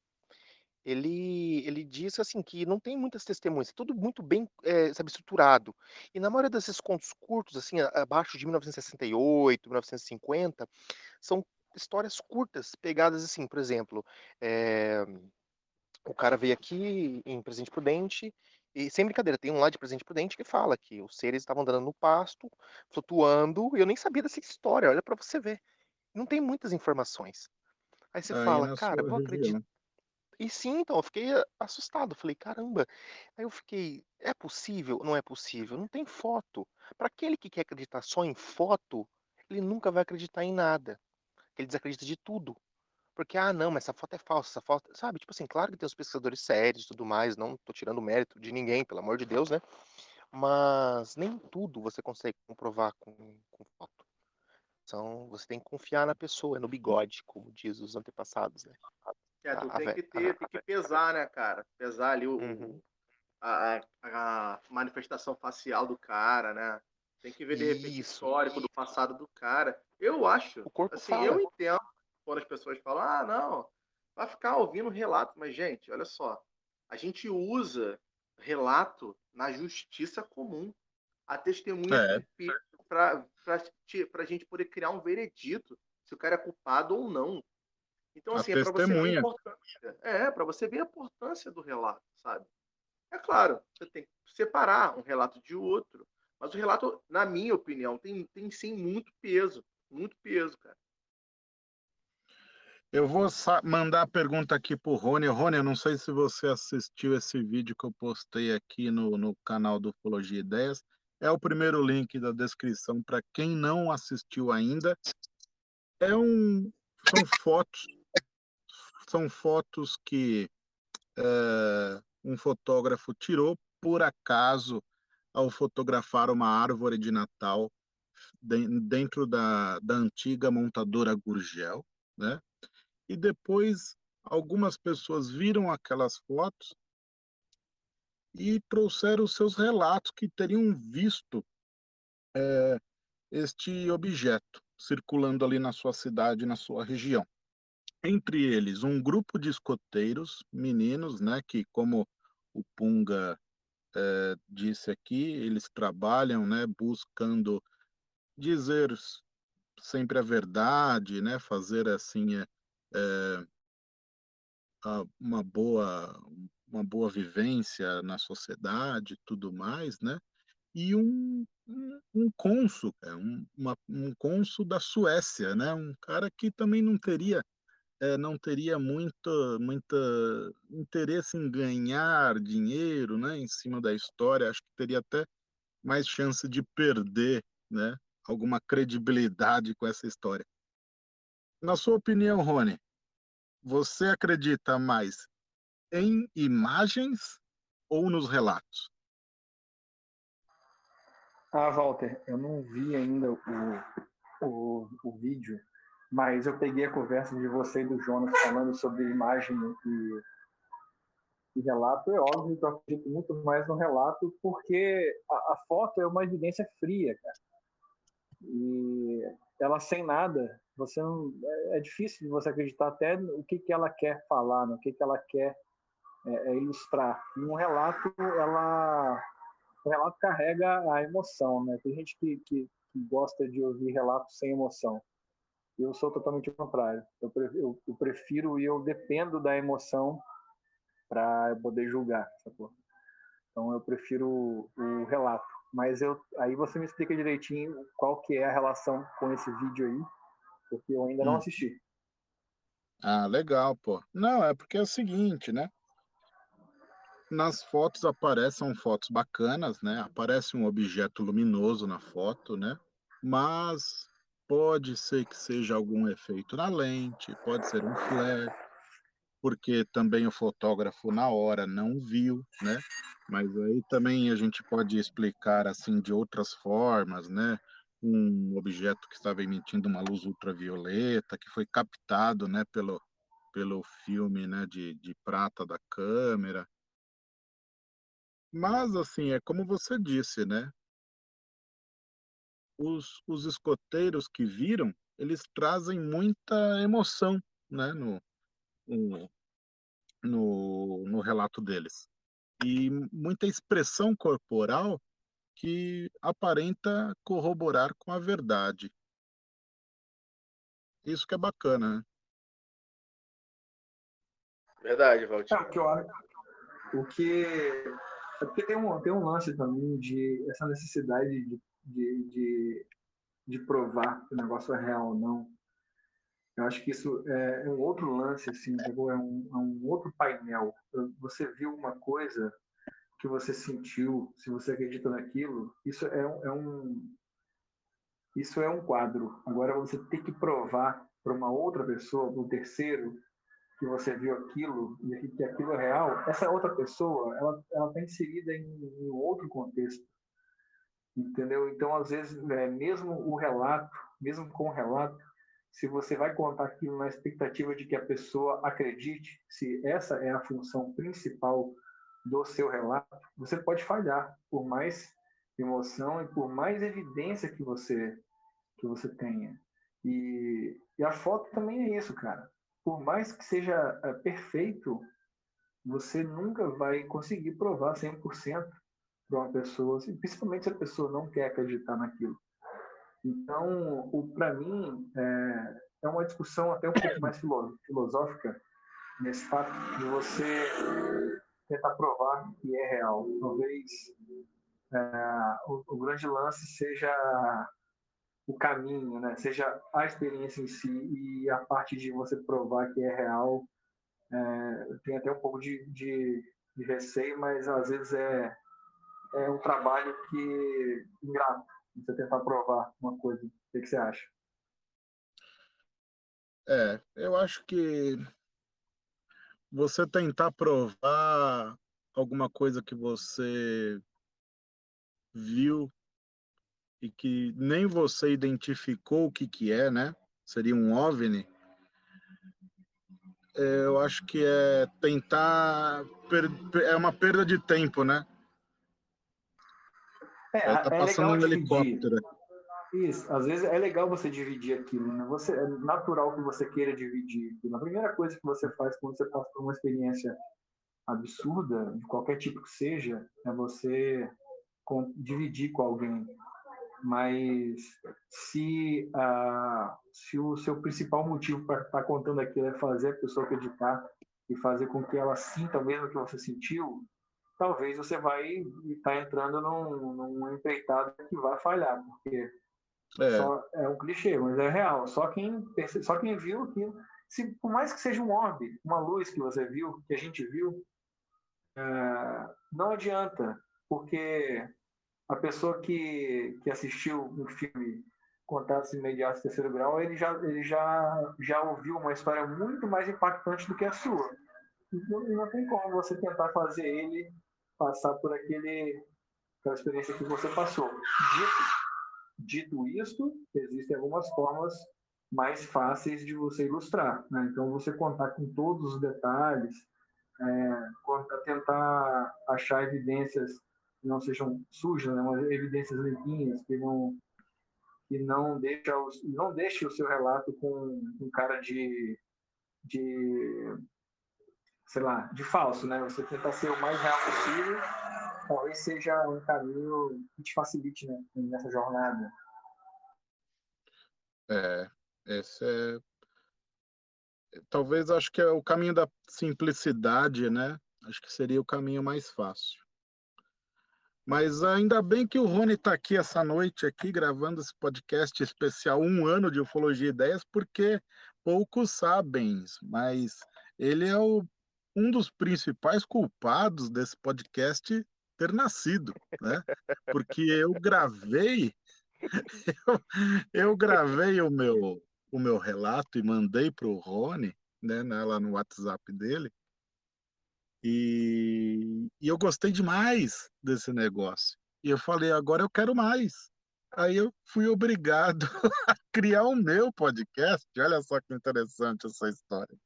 Ele ele disse, assim, que não tem muitas testemunhas, é tudo muito bem, eh, sabe, estruturado. E na maioria desses contos curtos, assim, a abaixo de mil novecentos e sessenta e oito, mil novecentos e cinquenta, são histórias curtas, pegadas assim, por exemplo, eh, o cara veio aqui em Presidente Prudente e, sem brincadeira, tem um lá de Presidente Prudente que fala que os seres estavam andando no pasto, flutuando, e eu nem sabia dessa história, olha pra você ver. Não tem muitas informações. Aí você Aí fala: na "Cara, eu sua vou acreditar". região. E sim, então, eu fiquei assustado, falei: "Caramba". Aí eu fiquei: "É possível? Não é possível, não tem foto". Para aquele que quer acreditar só em foto, ele nunca vai acreditar em nada, ele desacredita de tudo. Porque: "Ah, não, mas essa foto é falsa, essa foto", sabe, tipo assim, claro que tem os pesquisadores sérios e tudo mais, não tô tirando o mérito de ninguém, pelo amor de Deus, né, mas nem tudo você consegue comprovar com com foto. Então, você tem que confiar na pessoa, é no bigode, como diz os antepassados, né. É, tu A, a, tem ve- que a, ter, ve- tem que pesar, né, cara? Pesar ali o, Uhum. o- a, a- a manifestação facial do cara, né? Tem que ver, de repente, o Isso. histórico do passado do cara. Eu acho, O corpo assim, eu fala. entendo quando as pessoas falam, ah, não, vai ficar ouvindo relato. Mas, gente, olha só, a gente usa relato na justiça comum. A testemunha É, tem peso para a gente poder criar um veredito se o cara é culpado ou não. Então, a assim, é para você ver a testemunha. importância. É, para você ver a importância do relato, sabe? É claro, você tem que separar um relato de outro. Mas o relato, na minha opinião, tem, tem sim muito peso. Muito peso, cara. Eu vou sa- mandar a pergunta aqui pro Rony. Rony, eu não sei se você assistiu esse vídeo que eu postei aqui no, no canal do Ufologia Ideias. É o primeiro link da descrição para quem não assistiu ainda. É um, são fotos, são fotos que é, um fotógrafo tirou por acaso ao fotografar uma árvore de Natal de- dentro da, da antiga montadora Gurgel, né? E depois algumas pessoas viram aquelas fotos e trouxeram os seus relatos que teriam visto este objeto circulando ali na sua cidade, na sua região. Entre eles, um grupo de escoteiros, meninos, né, que como o Punga eh, disse aqui, eles trabalham, né, buscando dizer sempre a verdade, né, fazer assim é, a- uma boa uma boa vivência na sociedade, e tudo mais, né? E um um, um cônsul, é, um, uma, um cônsul da Suécia, né? Um cara que também não teria é, não teria muito muita interesse em ganhar dinheiro, né? Em cima da história, acho que teria até mais chance de perder, né? Alguma credibilidade com essa história. Na sua opinião, Rony, você acredita mais em imagens ou nos relatos? Ah, Walter, eu não vi ainda o, o, o vídeo, mas eu peguei a conversa de você e do Jonas falando sobre imagem e, e relato. É óbvio que eu acredito muito mais no relato, porque a, a foto é uma evidência fria, cara. E ela sem nada, você não, é, é difícil de você acreditar até o que, que ela quer falar, no que, que ela quer é, é ilustrar. E um relato, ela o relato carrega a emoção, né? Tem gente que, que, que gosta de ouvir relatos sem emoção. Eu sou totalmente o contrário. Eu, eu, eu prefiro e eu dependo da emoção para poder julgar, sacou? Então eu prefiro o, o relato. Mas eu, aí você me explica direitinho qual que é a relação com esse vídeo aí, porque eu ainda não Hum. assisti. Ah, legal, pô. Não, é porque é o seguinte, né? Nas fotos aparecem fotos bacanas, né? Aparece um objeto luminoso na foto, né? Mas pode ser que seja algum efeito na lente, pode ser um flare, porque também o fotógrafo na hora não viu, né? Mas aí também a gente pode explicar assim de outras formas, né? Um objeto que estava emitindo uma luz ultravioleta, que foi captado, né, pelo, pelo filme, né, de, de prata da câmera. Mas assim, é como você disse, né? Os, os escoteiros que viram, eles trazem muita emoção, né, no, no, no, no relato deles. E muita expressão corporal que aparenta corroborar com a verdade. Isso que é bacana, né? Verdade, É, Valtinho. o que eu acho, o que é porque tem um, tem um lance também de essa necessidade de, de, de, de provar que o negócio é real ou não. Eu acho que isso é, é um outro lance, assim, é um, é um outro painel. Você viu uma coisa que você sentiu, se você acredita naquilo, isso é um, é um, isso é um quadro. Agora você tem que provar para uma outra pessoa, para um terceiro, que você viu aquilo e que aquilo é real. Essa outra pessoa, ela ela está inserida em, em outro contexto, entendeu? Então, às vezes, é, mesmo o relato, mesmo com o relato, se você vai contar aquilo na expectativa de que a pessoa acredite, se essa é a função principal do seu relato, você pode falhar, por mais emoção e por mais evidência que você, que você tenha. E, e a foto também é isso, cara. Por mais que seja é, perfeito, você nunca vai conseguir provar cem por cento para uma pessoa, principalmente se a pessoa não quer acreditar naquilo. Então, para mim, é, é uma discussão até um pouco mais filo, filosófica nesse fato de você tentar provar que é real. Talvez é, o, o grande lance seja o caminho, né? Seja a experiência em si, e a parte de você provar que é real. É, tem até um pouco de, de, de receio, mas às vezes é, é um trabalho que ingrato, você tentar provar uma coisa. O que, que você acha? É, eu acho que você tentar provar alguma coisa que você viu e que nem você identificou o que que é, né? Seria um OVNI. É, eu acho que é tentar per... é uma perda de tempo, né? É, É, tá é passando legal um dividir. helicóptero. Isso, às vezes é legal você dividir aquilo, né? Você, é natural que você queira dividir. A primeira coisa que você faz quando você passa por uma experiência absurda, de qualquer tipo que seja, é você com, dividir com alguém. Mas se, ah, se o seu principal motivo para estar contando aquilo é fazer a pessoa acreditar e fazer com que ela sinta o mesmo que você sentiu, talvez você vai estar entrando num, numa empreitada que vai falhar, porque É, só é um clichê, mas é real. Só quem, perce- só quem viu aquilo, se, por mais que seja um orbe, uma luz que você viu, que a gente viu, não adianta, porque a pessoa que, que assistiu um filme Contatos Imediatos Terceiro Grau, ele já, ele já, já ouviu uma história muito mais impactante do que a sua. Então, não tem como você tentar fazer ele passar por aquele, aquela experiência que você passou. Dito, dito isto, existem algumas formas mais fáceis de você ilustrar, né? Então, você contar com todos os detalhes, é, tentar achar evidências que não sejam sujas, né? Mas evidências limpinhas, que não que não deixa os, não deixe o seu relato com um cara de, de sei lá, de falso, né? Você tentar ser o mais real possível, talvez seja um caminho que te facilite, né, nessa jornada. é, esse é, talvez acho que é o caminho da simplicidade, né? Acho que seria o caminho mais fácil. Mas ainda bem que o Rony está aqui essa noite, aqui gravando esse podcast especial, um ano de Ufologia e Ideias, porque poucos sabem, mas ele é o, um dos principais culpados desse podcast ter nascido, né? Porque eu gravei, eu, eu gravei o meu, o meu relato e mandei para o Rony, né, lá no WhatsApp dele. E, e eu gostei demais desse negócio. E eu falei, agora eu quero mais. Aí eu fui obrigado a criar o meu podcast. Olha só que interessante essa história.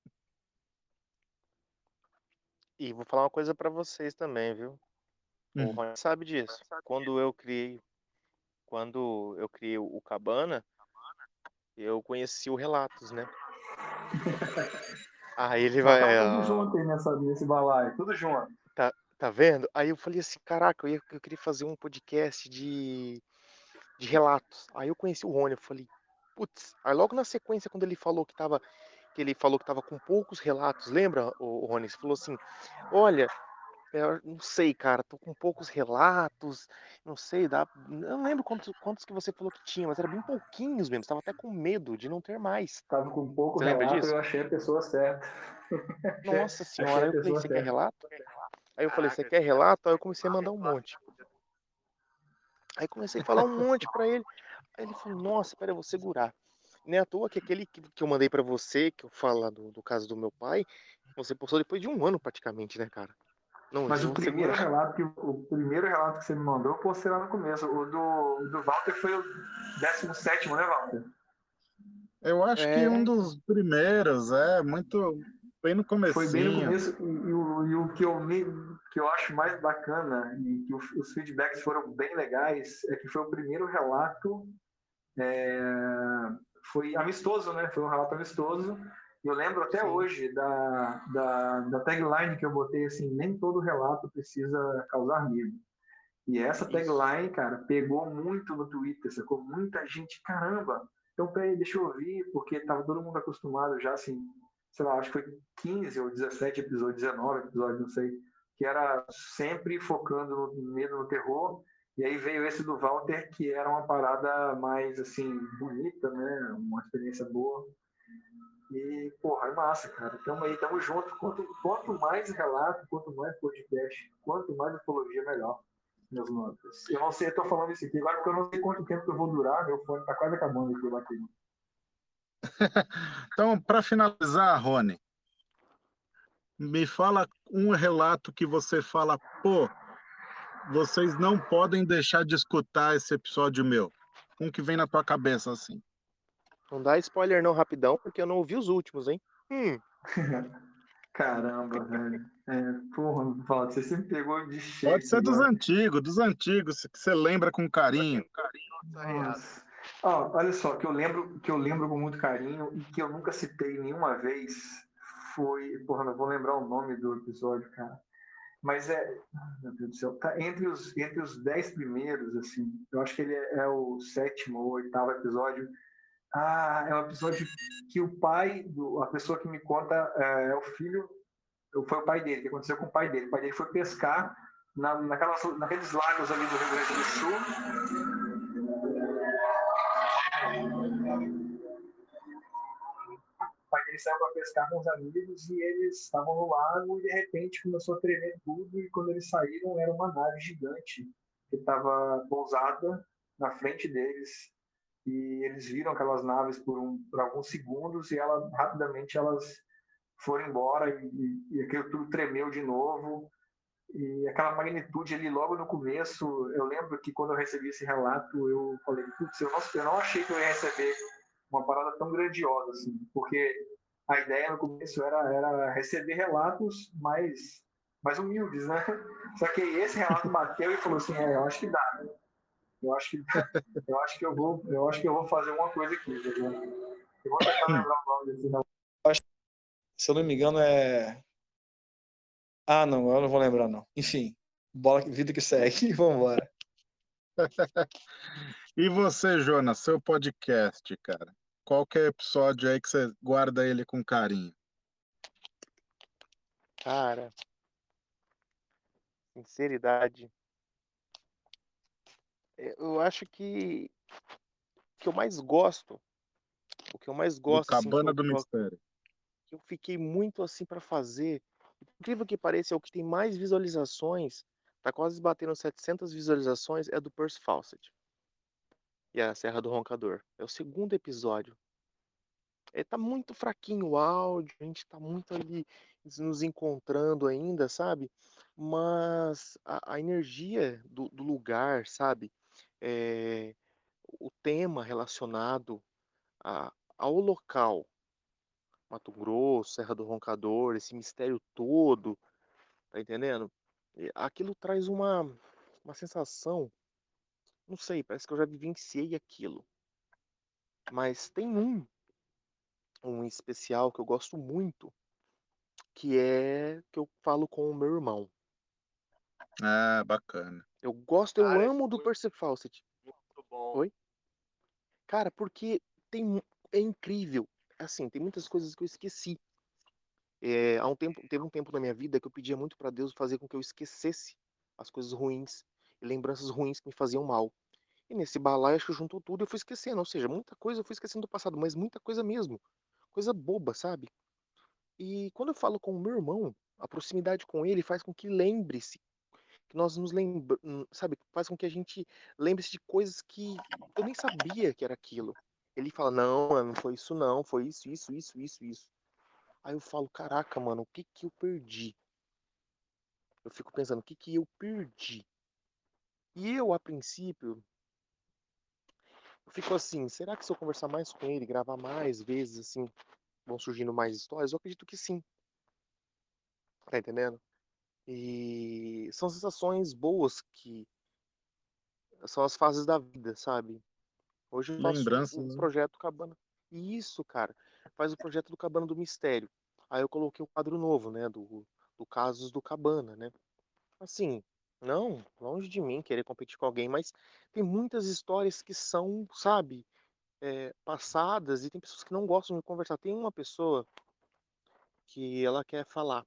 E vou falar uma coisa pra vocês também, viu? O Hum. Rony sabe disso. Quando eu criei, quando eu criei o Cabana, eu conheci o Relatos, né? Aí ele Nós vai, estamos tudo ah, junto aí nessa, nesse balaio, tudo junto. tá, tá vendo? Aí eu falei assim, caraca, eu, ia- eu queria fazer um podcast de, de relatos. Aí eu conheci o Rony, eu falei, putz. Aí logo na sequência, quando ele falou que tava, que ele falou que tava com poucos relatos, lembra, o, o Rony? Você falou assim, olha, eu não sei, cara, tô com poucos relatos, não sei, dá, eu não lembro quantos, quantos que você falou que tinha, mas era bem pouquinhos mesmo, estava até com medo de não ter mais. Estava com pouco Você lembra relato, disso? eu achei a pessoa certa. Nossa Achei senhora, a aí eu falei, pessoa você quer certa. relato? Aí eu falei, você quer relato? Aí eu comecei a mandar um monte. Aí comecei a falar um monte pra ele. Aí ele falou, nossa, peraí, eu vou segurar. Nem à toa que aquele que, que eu mandei pra você, que eu falo lá do, do caso do meu pai, você postou depois de um ano praticamente, né, cara? Não, Mas eu o vou primeiro segurar. relato que o primeiro relato que você me mandou, eu postei lá no começo. O do, o do Walter foi o décimo sétimo, né, Walter? Eu acho que um É, dos primeiros, é, muito bem no Foi bem no comecinho. começo, e, e o, e o que, eu me, que eu acho mais bacana, e que os, os feedbacks foram bem legais, é que foi o primeiro relato, é, foi amistoso, né? Foi um relato amistoso. E eu lembro até sim. hoje da, da, da tagline que eu botei assim: nem todo relato precisa causar medo. E essa Isso. tagline, cara, pegou muito no Twitter, sacou? Muita gente, caramba, então peraí, deixa eu ouvir, porque tava todo mundo acostumado já, assim, sei lá, acho que foi quinze ou dezessete episódios, dezenove episódios, não sei, que era sempre focando no medo, no terror, e aí veio esse do Walter, que era uma parada mais, assim, bonita, né? Uma experiência boa. E, porra, é massa, cara. Tamo aí, tamo junto. Quanto, quanto mais relato, quanto mais podcast, quanto mais ufologia, melhor. Meus notas. Eu não sei, eu tô falando isso aqui agora porque eu não sei quanto tempo que eu vou durar. Meu fone tá quase acabando aqui, bateria. Então, para finalizar, Rony, me fala um relato que você fala, pô, vocês não podem deixar de escutar esse episódio meu. Um que vem na tua cabeça assim. Não dá spoiler não, rapidão, porque eu não ouvi os últimos, hein? Hum, Caramba, velho. É, porra, Valdo, você sempre pegou de Pode cheio ser dos agora. antigos, dos antigos, que você lembra com carinho. Nossa. Ó, olha só, que eu lembro, que eu lembro com muito carinho e que eu nunca citei nenhuma vez foi. Porra, não vou lembrar o nome do episódio, cara. Mas é. ah, Meu Deus do céu. Tá entre os, entre os dez primeiros, assim. Eu acho que ele é, é o sétimo ou oitavo episódio. Ah, é um episódio que o pai, do, a pessoa que me conta é, é o filho, foi o pai dele, que aconteceu com o pai dele. O pai dele foi pescar na, naquelas, naqueles lagos ali do Rio Grande do Sul. O pai dele saiu para pescar com os amigos e eles estavam no lago e de repente começou a tremer tudo e quando eles saíram era uma nave gigante que estava pousada na frente deles e eles viram aquelas naves por, um, por alguns segundos e ela rapidamente elas foram embora e, e aquilo tudo tremeu de novo e aquela magnitude ali logo no começo, eu lembro que quando eu recebi esse relato eu falei, putz, eu não, eu não achei que eu ia receber uma parada tão grandiosa assim, porque a ideia no começo era, era receber relatos mais, mais humildes, né? Só que esse relato bateu e falou assim, é, eu acho que dá, né? Eu acho que eu acho que eu vou, eu acho que eu vou fazer uma coisa aqui, entendeu? Eu vou tentar lembrar o nome desse relato. Se eu não me engano, é. Ah, não, eu não vou lembrar, não. Enfim, bola, vida que segue, vambora. E você, Jonas, seu podcast, cara? Qual que é o episódio aí que você guarda ele com carinho? cara, sinceridade. é, Eu acho que o que eu mais gosto, o que eu mais Do gosto, assim, que Cabana eu, do que eu, Mistério. que eu fiquei muito assim para fazer, por incrível que pareça, é o que tem mais visualizações, tá quase batendo setecentas visualizações, é do Percy Fawcett e a Serra do Roncador. É o segundo episódio. É, tá muito fraquinho o áudio, a gente tá muito ali nos encontrando ainda, sabe? Mas a, a energia do, do lugar, sabe? É, o tema relacionado a, ao local, Mato Grosso, Serra do Roncador, esse mistério todo, tá entendendo? E aquilo traz uma, uma sensação, não sei, parece que eu já vivenciei aquilo. Mas tem um, um especial que eu gosto muito, que é que eu falo com o meu irmão. Ah, bacana. Eu gosto, eu Cara, amo do Percy Fawcett. muito bom. Oi? Cara, porque tem, mu- é incrível. Assim, tem muitas coisas que eu esqueci. É, há um tempo, teve um tempo na minha vida que eu pedia muito pra Deus fazer com que eu esquecesse as coisas ruins e lembranças ruins que me faziam mal. E nesse balaio, acho que juntou tudo e eu fui esquecendo. Ou seja, muita coisa eu fui esquecendo do passado, mas muita coisa mesmo. Coisa boba, sabe? E quando eu falo com o meu irmão, a proximidade com ele faz com que lembre-se, que nós nos lembramos, sabe? Faz com que a gente lembre-se de coisas que eu nem sabia que era aquilo. Ele fala, não, mano, não foi isso não, foi isso, isso, isso, isso, isso. Aí eu falo, caraca, mano, o que que eu perdi? Eu fico pensando, o que que eu perdi? E eu, a princípio, eu fico assim, será que se eu conversar mais com ele, gravar mais vezes, assim, vão surgindo mais histórias? Eu acredito que sim, tá entendendo? E são sensações boas que são as fases da vida, sabe? Hoje eu faço o Lembranças, né? projeto Cabana. E isso, cara, faz o projeto do Cabana do Mistério. Aí eu coloquei o quadro novo, né, do, do Casos do Cabana, né? Assim, não, longe de mim querer competir com alguém, mas tem muitas histórias que são, sabe, é, passadas e tem pessoas que não gostam de conversar. Tem uma pessoa que ela quer falar.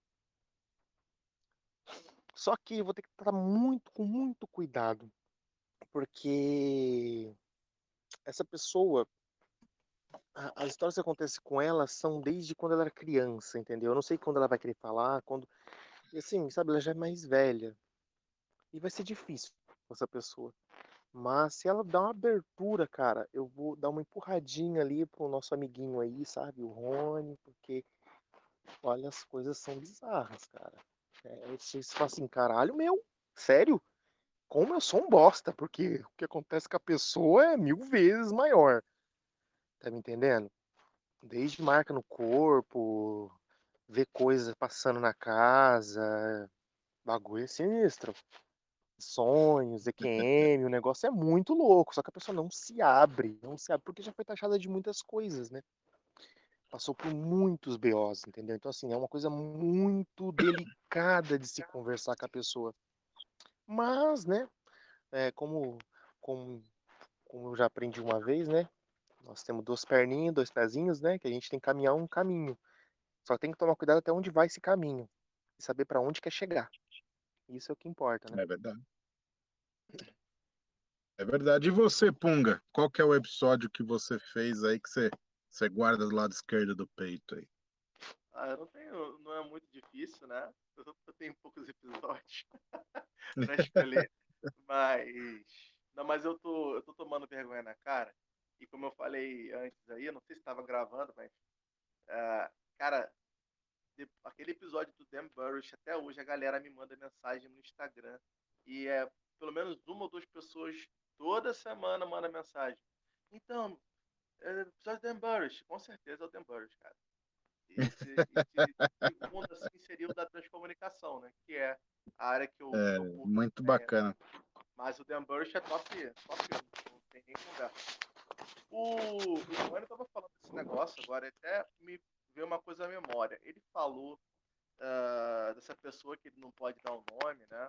Só que eu vou ter que estar muito, com muito cuidado, porque essa pessoa, a- as histórias que acontecem com ela são desde quando ela era criança, entendeu? Eu não sei quando ela vai querer falar, quando. E assim, sabe, ela já é mais velha. E vai ser difícil com essa pessoa. Mas se ela dá uma abertura, cara, eu vou dar uma empurradinha ali pro nosso amiguinho aí, sabe? O Rony, porque, olha, as coisas são bizarras, cara. É, você fala assim, caralho, meu, sério? Como eu sou um bosta? Porque o que acontece com a pessoa é mil vezes maior. Tá me entendendo? Desde marca no corpo, ver coisas passando na casa, bagulho é sinistro. Sonhos, E Q M, o negócio é muito louco, só que a pessoa não se abre, não se abre, porque já foi taxada de muitas coisas, né? Passou por muitos B Os, entendeu? Então, assim, é uma coisa muito delicada de se conversar com a pessoa. Mas, né, é, como, como, como eu já aprendi uma vez, né? Nós temos duas perninhas, dois pezinhos, né? Que a gente tem que caminhar um caminho. Só tem que tomar cuidado até onde vai esse caminho. E saber para onde quer chegar. Isso é o que importa, né? É verdade. É verdade. E você, Punga? Qual que é o episódio que você fez aí que você, você guarda do lado esquerdo do peito aí? Ah, eu não tenho, não é muito difícil, né? Eu, eu tenho poucos episódios para escolher, mas não, mas eu tô, eu tô tomando vergonha na cara. E como eu falei antes aí, eu não sei se estava gravando, mas ah, cara, de- aquele episódio do Dan Burrish, até hoje a galera me manda mensagem no Instagram e é pelo menos uma ou duas pessoas toda semana manda mensagem. Então, é, episódio do Dan Burrish, com certeza é o Dan Burrish, cara. E, se, e se, segundo, assim, seria o da transcomunicação, né? Que é a área que eu, É que eu curto muito também. bacana. Mas o Dan Burch é top, top um, não tem nem conversa. O, o Giovanni estava falando desse negócio agora, até me veio uma coisa à memória. Ele falou uh, dessa pessoa que ele não pode dar o nome, né?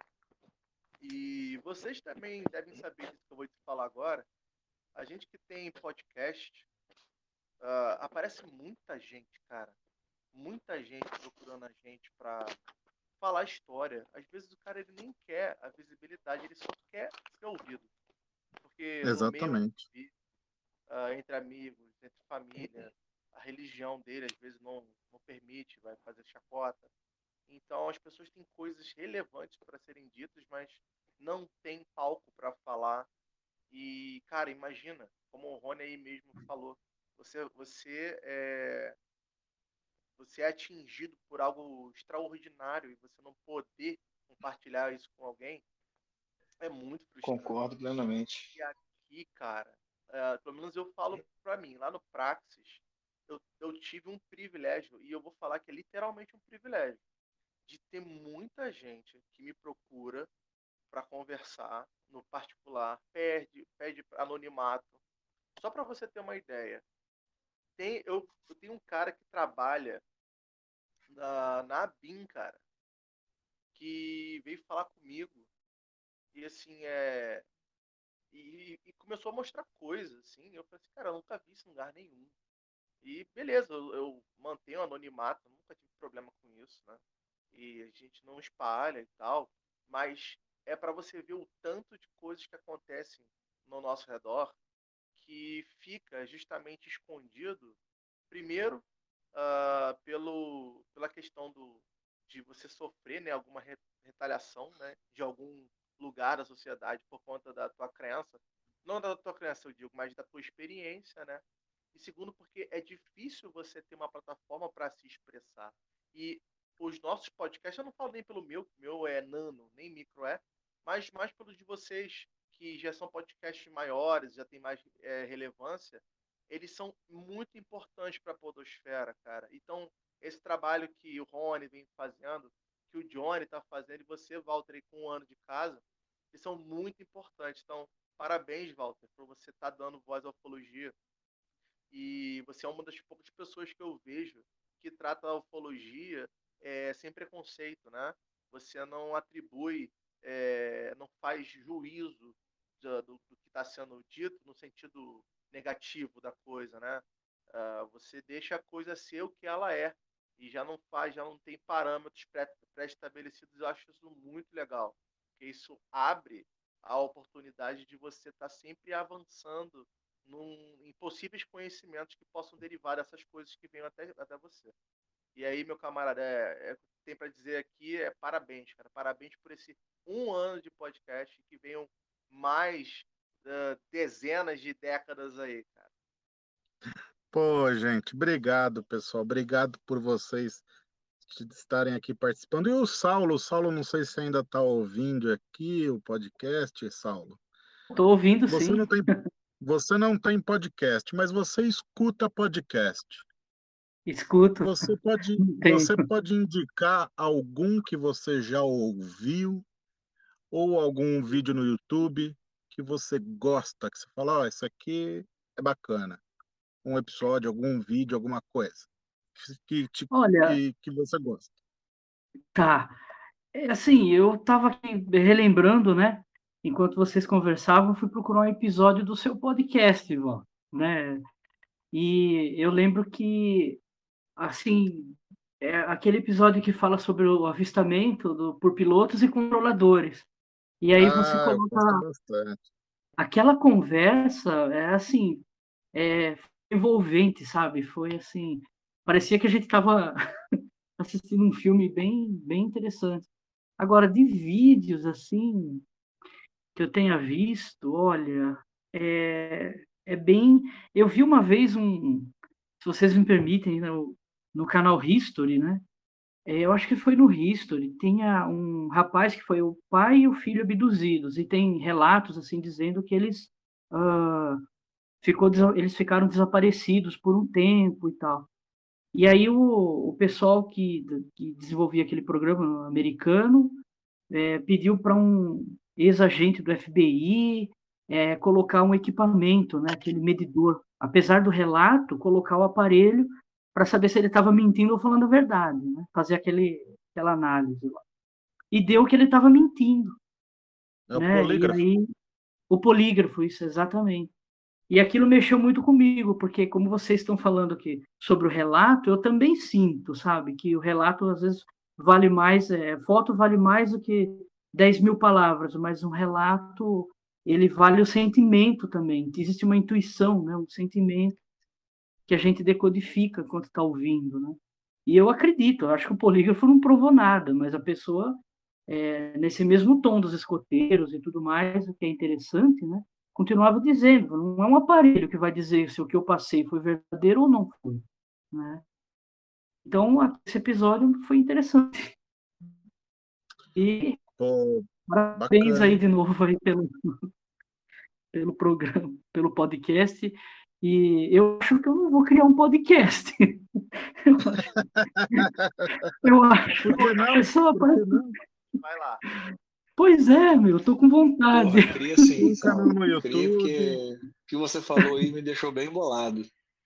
E vocês também devem saber disso que eu vou te falar agora. A gente que tem podcast, uh, aparece muita gente, cara. Muita gente procurando a gente para falar história. Às vezes o cara ele nem quer a visibilidade, ele só quer ser ouvido. Porque no meio onde Exatamente. ele vive, uh, entre amigos, entre família, a religião dele às vezes não, não permite, vai fazer chacota. Então as pessoas têm coisas relevantes para serem ditas, mas não tem palco para falar. E, cara, imagina, como o Rony aí mesmo falou, você, você é, você é atingido por algo extraordinário e você não poder compartilhar isso com alguém é muito frustrante. Concordo plenamente. E aqui, cara, é, pelo menos eu falo pra mim, lá no Praxis, eu, eu tive um privilégio, e eu vou falar que é literalmente um privilégio, de ter muita gente que me procura para conversar no particular, pede, pede anonimato. Só para você ter uma ideia, tem, eu, eu tenho um cara que trabalha na, na ABIN, cara, que veio falar comigo e assim, é. E, e começou a mostrar coisas, assim. Eu falei assim, cara, eu nunca vi isso em lugar nenhum. E beleza, eu, eu mantenho o anonimato, nunca tive problema com isso, né? E a gente não espalha e tal, mas é para você ver o tanto de coisas que acontecem no nosso redor que fica justamente escondido, primeiro, uh, pelo, pela questão do, de você sofrer, né, alguma retaliação, né, de algum lugar da sociedade por conta da tua crença. Não da tua crença, eu digo, mas da tua experiência, né? E segundo, porque é difícil você ter uma plataforma para se expressar. E os nossos podcasts, eu não falo nem pelo meu, que o meu é nano, nem micro é, mas mais pelo de vocês, que já são podcasts maiores, já tem mais é, relevância, eles são muito importantes para a podosfera, cara. Então, esse trabalho que o Rony vem fazendo, que o Johnny está fazendo, e você, Walter, aí, com um ano de casa, eles são muito importantes. Então, parabéns, Walter, por você estar dando voz à ufologia. E você é uma das poucas pessoas que eu vejo que trata a ufologia é, sem preconceito, né? Você não atribui, é, não faz juízo do, do, do que está sendo dito no sentido negativo da coisa, né? Uh, você deixa a coisa ser o que ela é e já não faz, já não tem parâmetros pré- pré-estabelecidos. Eu acho isso muito legal, porque isso abre a oportunidade de você estar tá sempre avançando num, em possíveis conhecimentos que possam derivar dessas coisas que venham até, até você. E aí, meu camarada, é, é, o que tem para dizer aqui é parabéns, cara. Parabéns por esse um ano de podcast, que venham mais uh, dezenas de décadas aí, cara. Pô, gente, obrigado, pessoal. Obrigado por vocês estarem aqui participando. E o Saulo, o Saulo, não sei se ainda está ouvindo aqui o podcast, Saulo. Estou ouvindo, Você sim. não tem, você não tem podcast, mas você escuta podcast. Escuto. Você pode, você pode indicar algum que você já ouviu ou algum vídeo no YouTube que você gosta, que você fala, ó, oh, esse aqui é bacana. Um episódio, algum vídeo, alguma coisa que, te, Olha, que, que você gosta. Tá. É, assim, eu estava aqui relembrando, né? Enquanto vocês conversavam, fui procurar um episódio do seu podcast, Ivan, né? E eu lembro que, assim, é aquele episódio que fala sobre o avistamento do, por pilotos e controladores. E aí você Ah, eu coloca gosto bastante. aquela conversa, é assim, é envolvente, sabe? Foi assim, parecia que a gente estava assistindo um filme bem, bem interessante. Agora, de vídeos, assim, que eu tenha visto, olha, é, é bem... Eu vi uma vez um, se vocês me permitem, no, no canal History, né? É, eu acho que foi no History, tinha um rapaz que foi o pai e o filho abduzidos, e tem relatos, assim, dizendo que eles, uh, ficou, eles ficaram desaparecidos por um tempo e tal. E aí o, o pessoal que, que desenvolvia aquele programa americano é, pediu para um ex-agente do F B I é, colocar um equipamento, né, aquele medidor. Apesar do relato, colocar o aparelho para saber se ele estava mentindo ou falando a verdade, né? Fazer aquele, aquela análise lá. E deu que ele estava mentindo. É o Né? E polígrafo? aí, o polígrafo, isso, exatamente. E aquilo mexeu muito comigo, porque como vocês estão falando aqui sobre o relato, eu também sinto, sabe, que o relato às vezes vale mais, é, foto vale mais do que dez mil palavras, mas um relato, ele vale o sentimento também. Existe uma intuição, né, um sentimento que a gente decodifica enquanto está ouvindo, né? E eu acredito, eu acho que o polígrafo não provou nada, mas a pessoa, é, nesse mesmo tom dos escoteiros e tudo mais, o que é interessante, né? Continuava dizendo, não é um aparelho que vai dizer se o que eu passei foi verdadeiro ou não foi, né? Então, esse episódio foi interessante. E Pô, parabéns aí bacana. de novo aí pelo, pelo programa, pelo podcast. E eu acho que eu não vou criar um podcast. Eu acho. Eu acho. Por que não? É só Por que não? Vai lá. Pois é, meu, eu tô com vontade. Porra, cria sim, Um canal Saulo. no Cria YouTube. porque o que você falou aí me deixou bem bolado.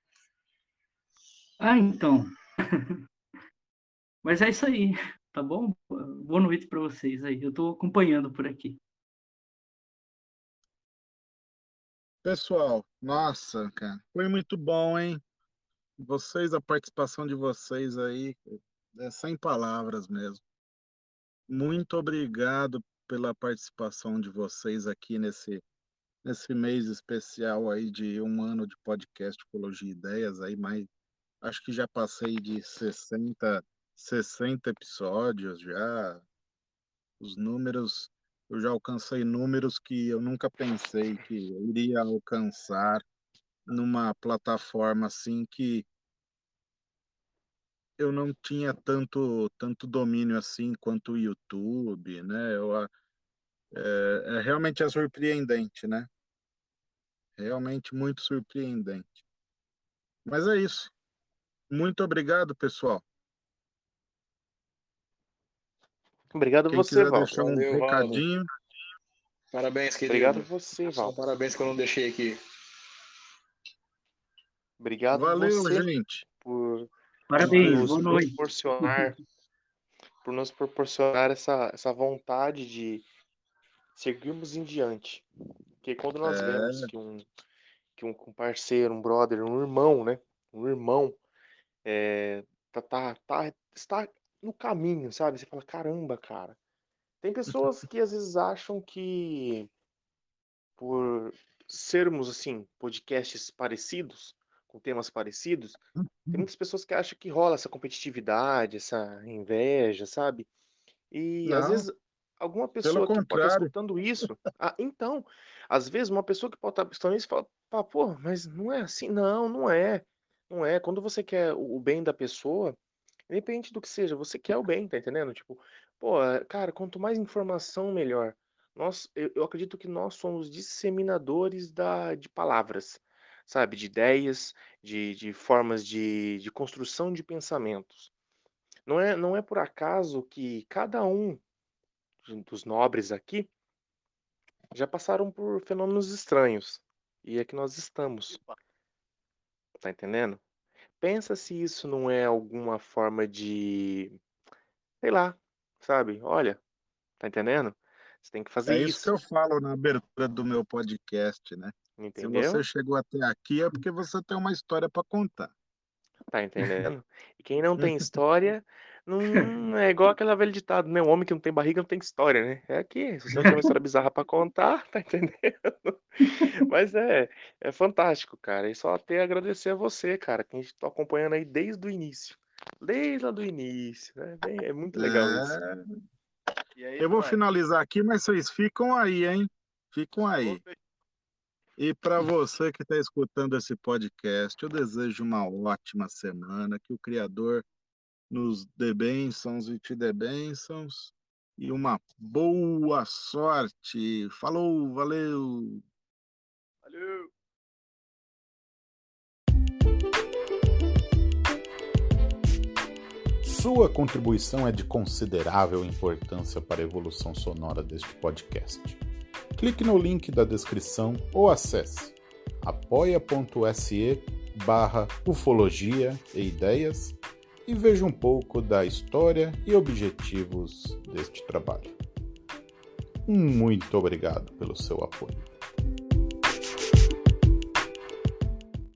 Ah, então. Mas é isso aí, tá bom? Boa noite para vocês aí. Eu tô acompanhando por aqui. Pessoal, nossa, cara, foi muito bom, hein? Vocês, a participação de vocês aí, é sem palavras mesmo. Muito obrigado pela participação de vocês aqui nesse, nesse mês especial aí de um ano de podcast Ufologia e Ideias aí, mas acho que já passei de sessenta, sessenta episódios já. Os números, eu já alcancei números que eu nunca pensei que eu iria alcançar numa plataforma assim que eu não tinha tanto tanto domínio assim quanto o YouTube, né? Eu, é, é, realmente é surpreendente, né? Realmente muito surpreendente. Mas é isso. Muito obrigado, pessoal. Obrigado Quem você, quiser Val. deixar um Valeu, Valdo. recadinho, Parabéns, Obrigado querido. você, Só Val. parabéns que eu não deixei aqui. Obrigado valeu, você gente. por Parabéns, nos boa noite. proporcionar, por nos proporcionar essa, essa vontade de seguirmos em diante. Porque quando nós vemos É, que um, que um um parceiro, um brother, um irmão, né? Um irmão é, tá, tá, tá, está no caminho, sabe? Você fala, caramba, cara. Tem pessoas que às vezes acham que por sermos, assim, podcasts parecidos, com temas parecidos, tem muitas pessoas que acham que rola essa competitividade, essa inveja, sabe? E às não, vezes alguma pelo pessoa que pode estar contrário. escutando isso, ah, então, às vezes uma pessoa que pode estar escutando isso fala, pá, pô, mas não é assim, não, não é, não é. Quando você quer o o bem da pessoa, independente do que seja, você quer o bem, tá entendendo? Tipo, pô, eh, cara, quanto mais informação, melhor. Nós, eu, eu acredito que nós somos disseminadores da, de palavras, sabe? De ideias, de, de formas de, de construção de pensamentos. Não é, não é por acaso que cada um dos nobres aqui já passaram por fenômenos estranhos. E é que nós estamos, tá entendendo? Pensa se isso não é alguma forma de, sei lá, sabe? Olha, tá entendendo? Você tem que fazer É isso que isso, eu falo na abertura do meu podcast, né? Se você entendeu? chegou até aqui é porque você tem uma história para contar. Tá entendendo? E quem não tem história, não é igual aquela velha ditado, né? O homem que não tem barriga não tem história, né? É aqui, se você não tem uma história bizarra pra contar, tá entendendo? Mas é, é fantástico, cara. E só até agradecer a você, cara, que a gente tá acompanhando aí desde o início. Desde lá do início, né? Bem, é muito legal isso. É, E aí, eu vou Mike? finalizar aqui, mas vocês ficam aí, hein? Ficam aí. Opa, E para você que está escutando esse podcast, eu desejo uma ótima semana, que o Criador nos dê bênçãos e te dê bênçãos, e uma boa sorte. Falou, valeu! valeu! Sua contribuição é de considerável importância para a evolução sonora deste podcast. Clique no link da descrição ou acesse apoia.se barra ufologia e ideias e veja um pouco da história e objetivos deste trabalho. Muito obrigado pelo seu apoio.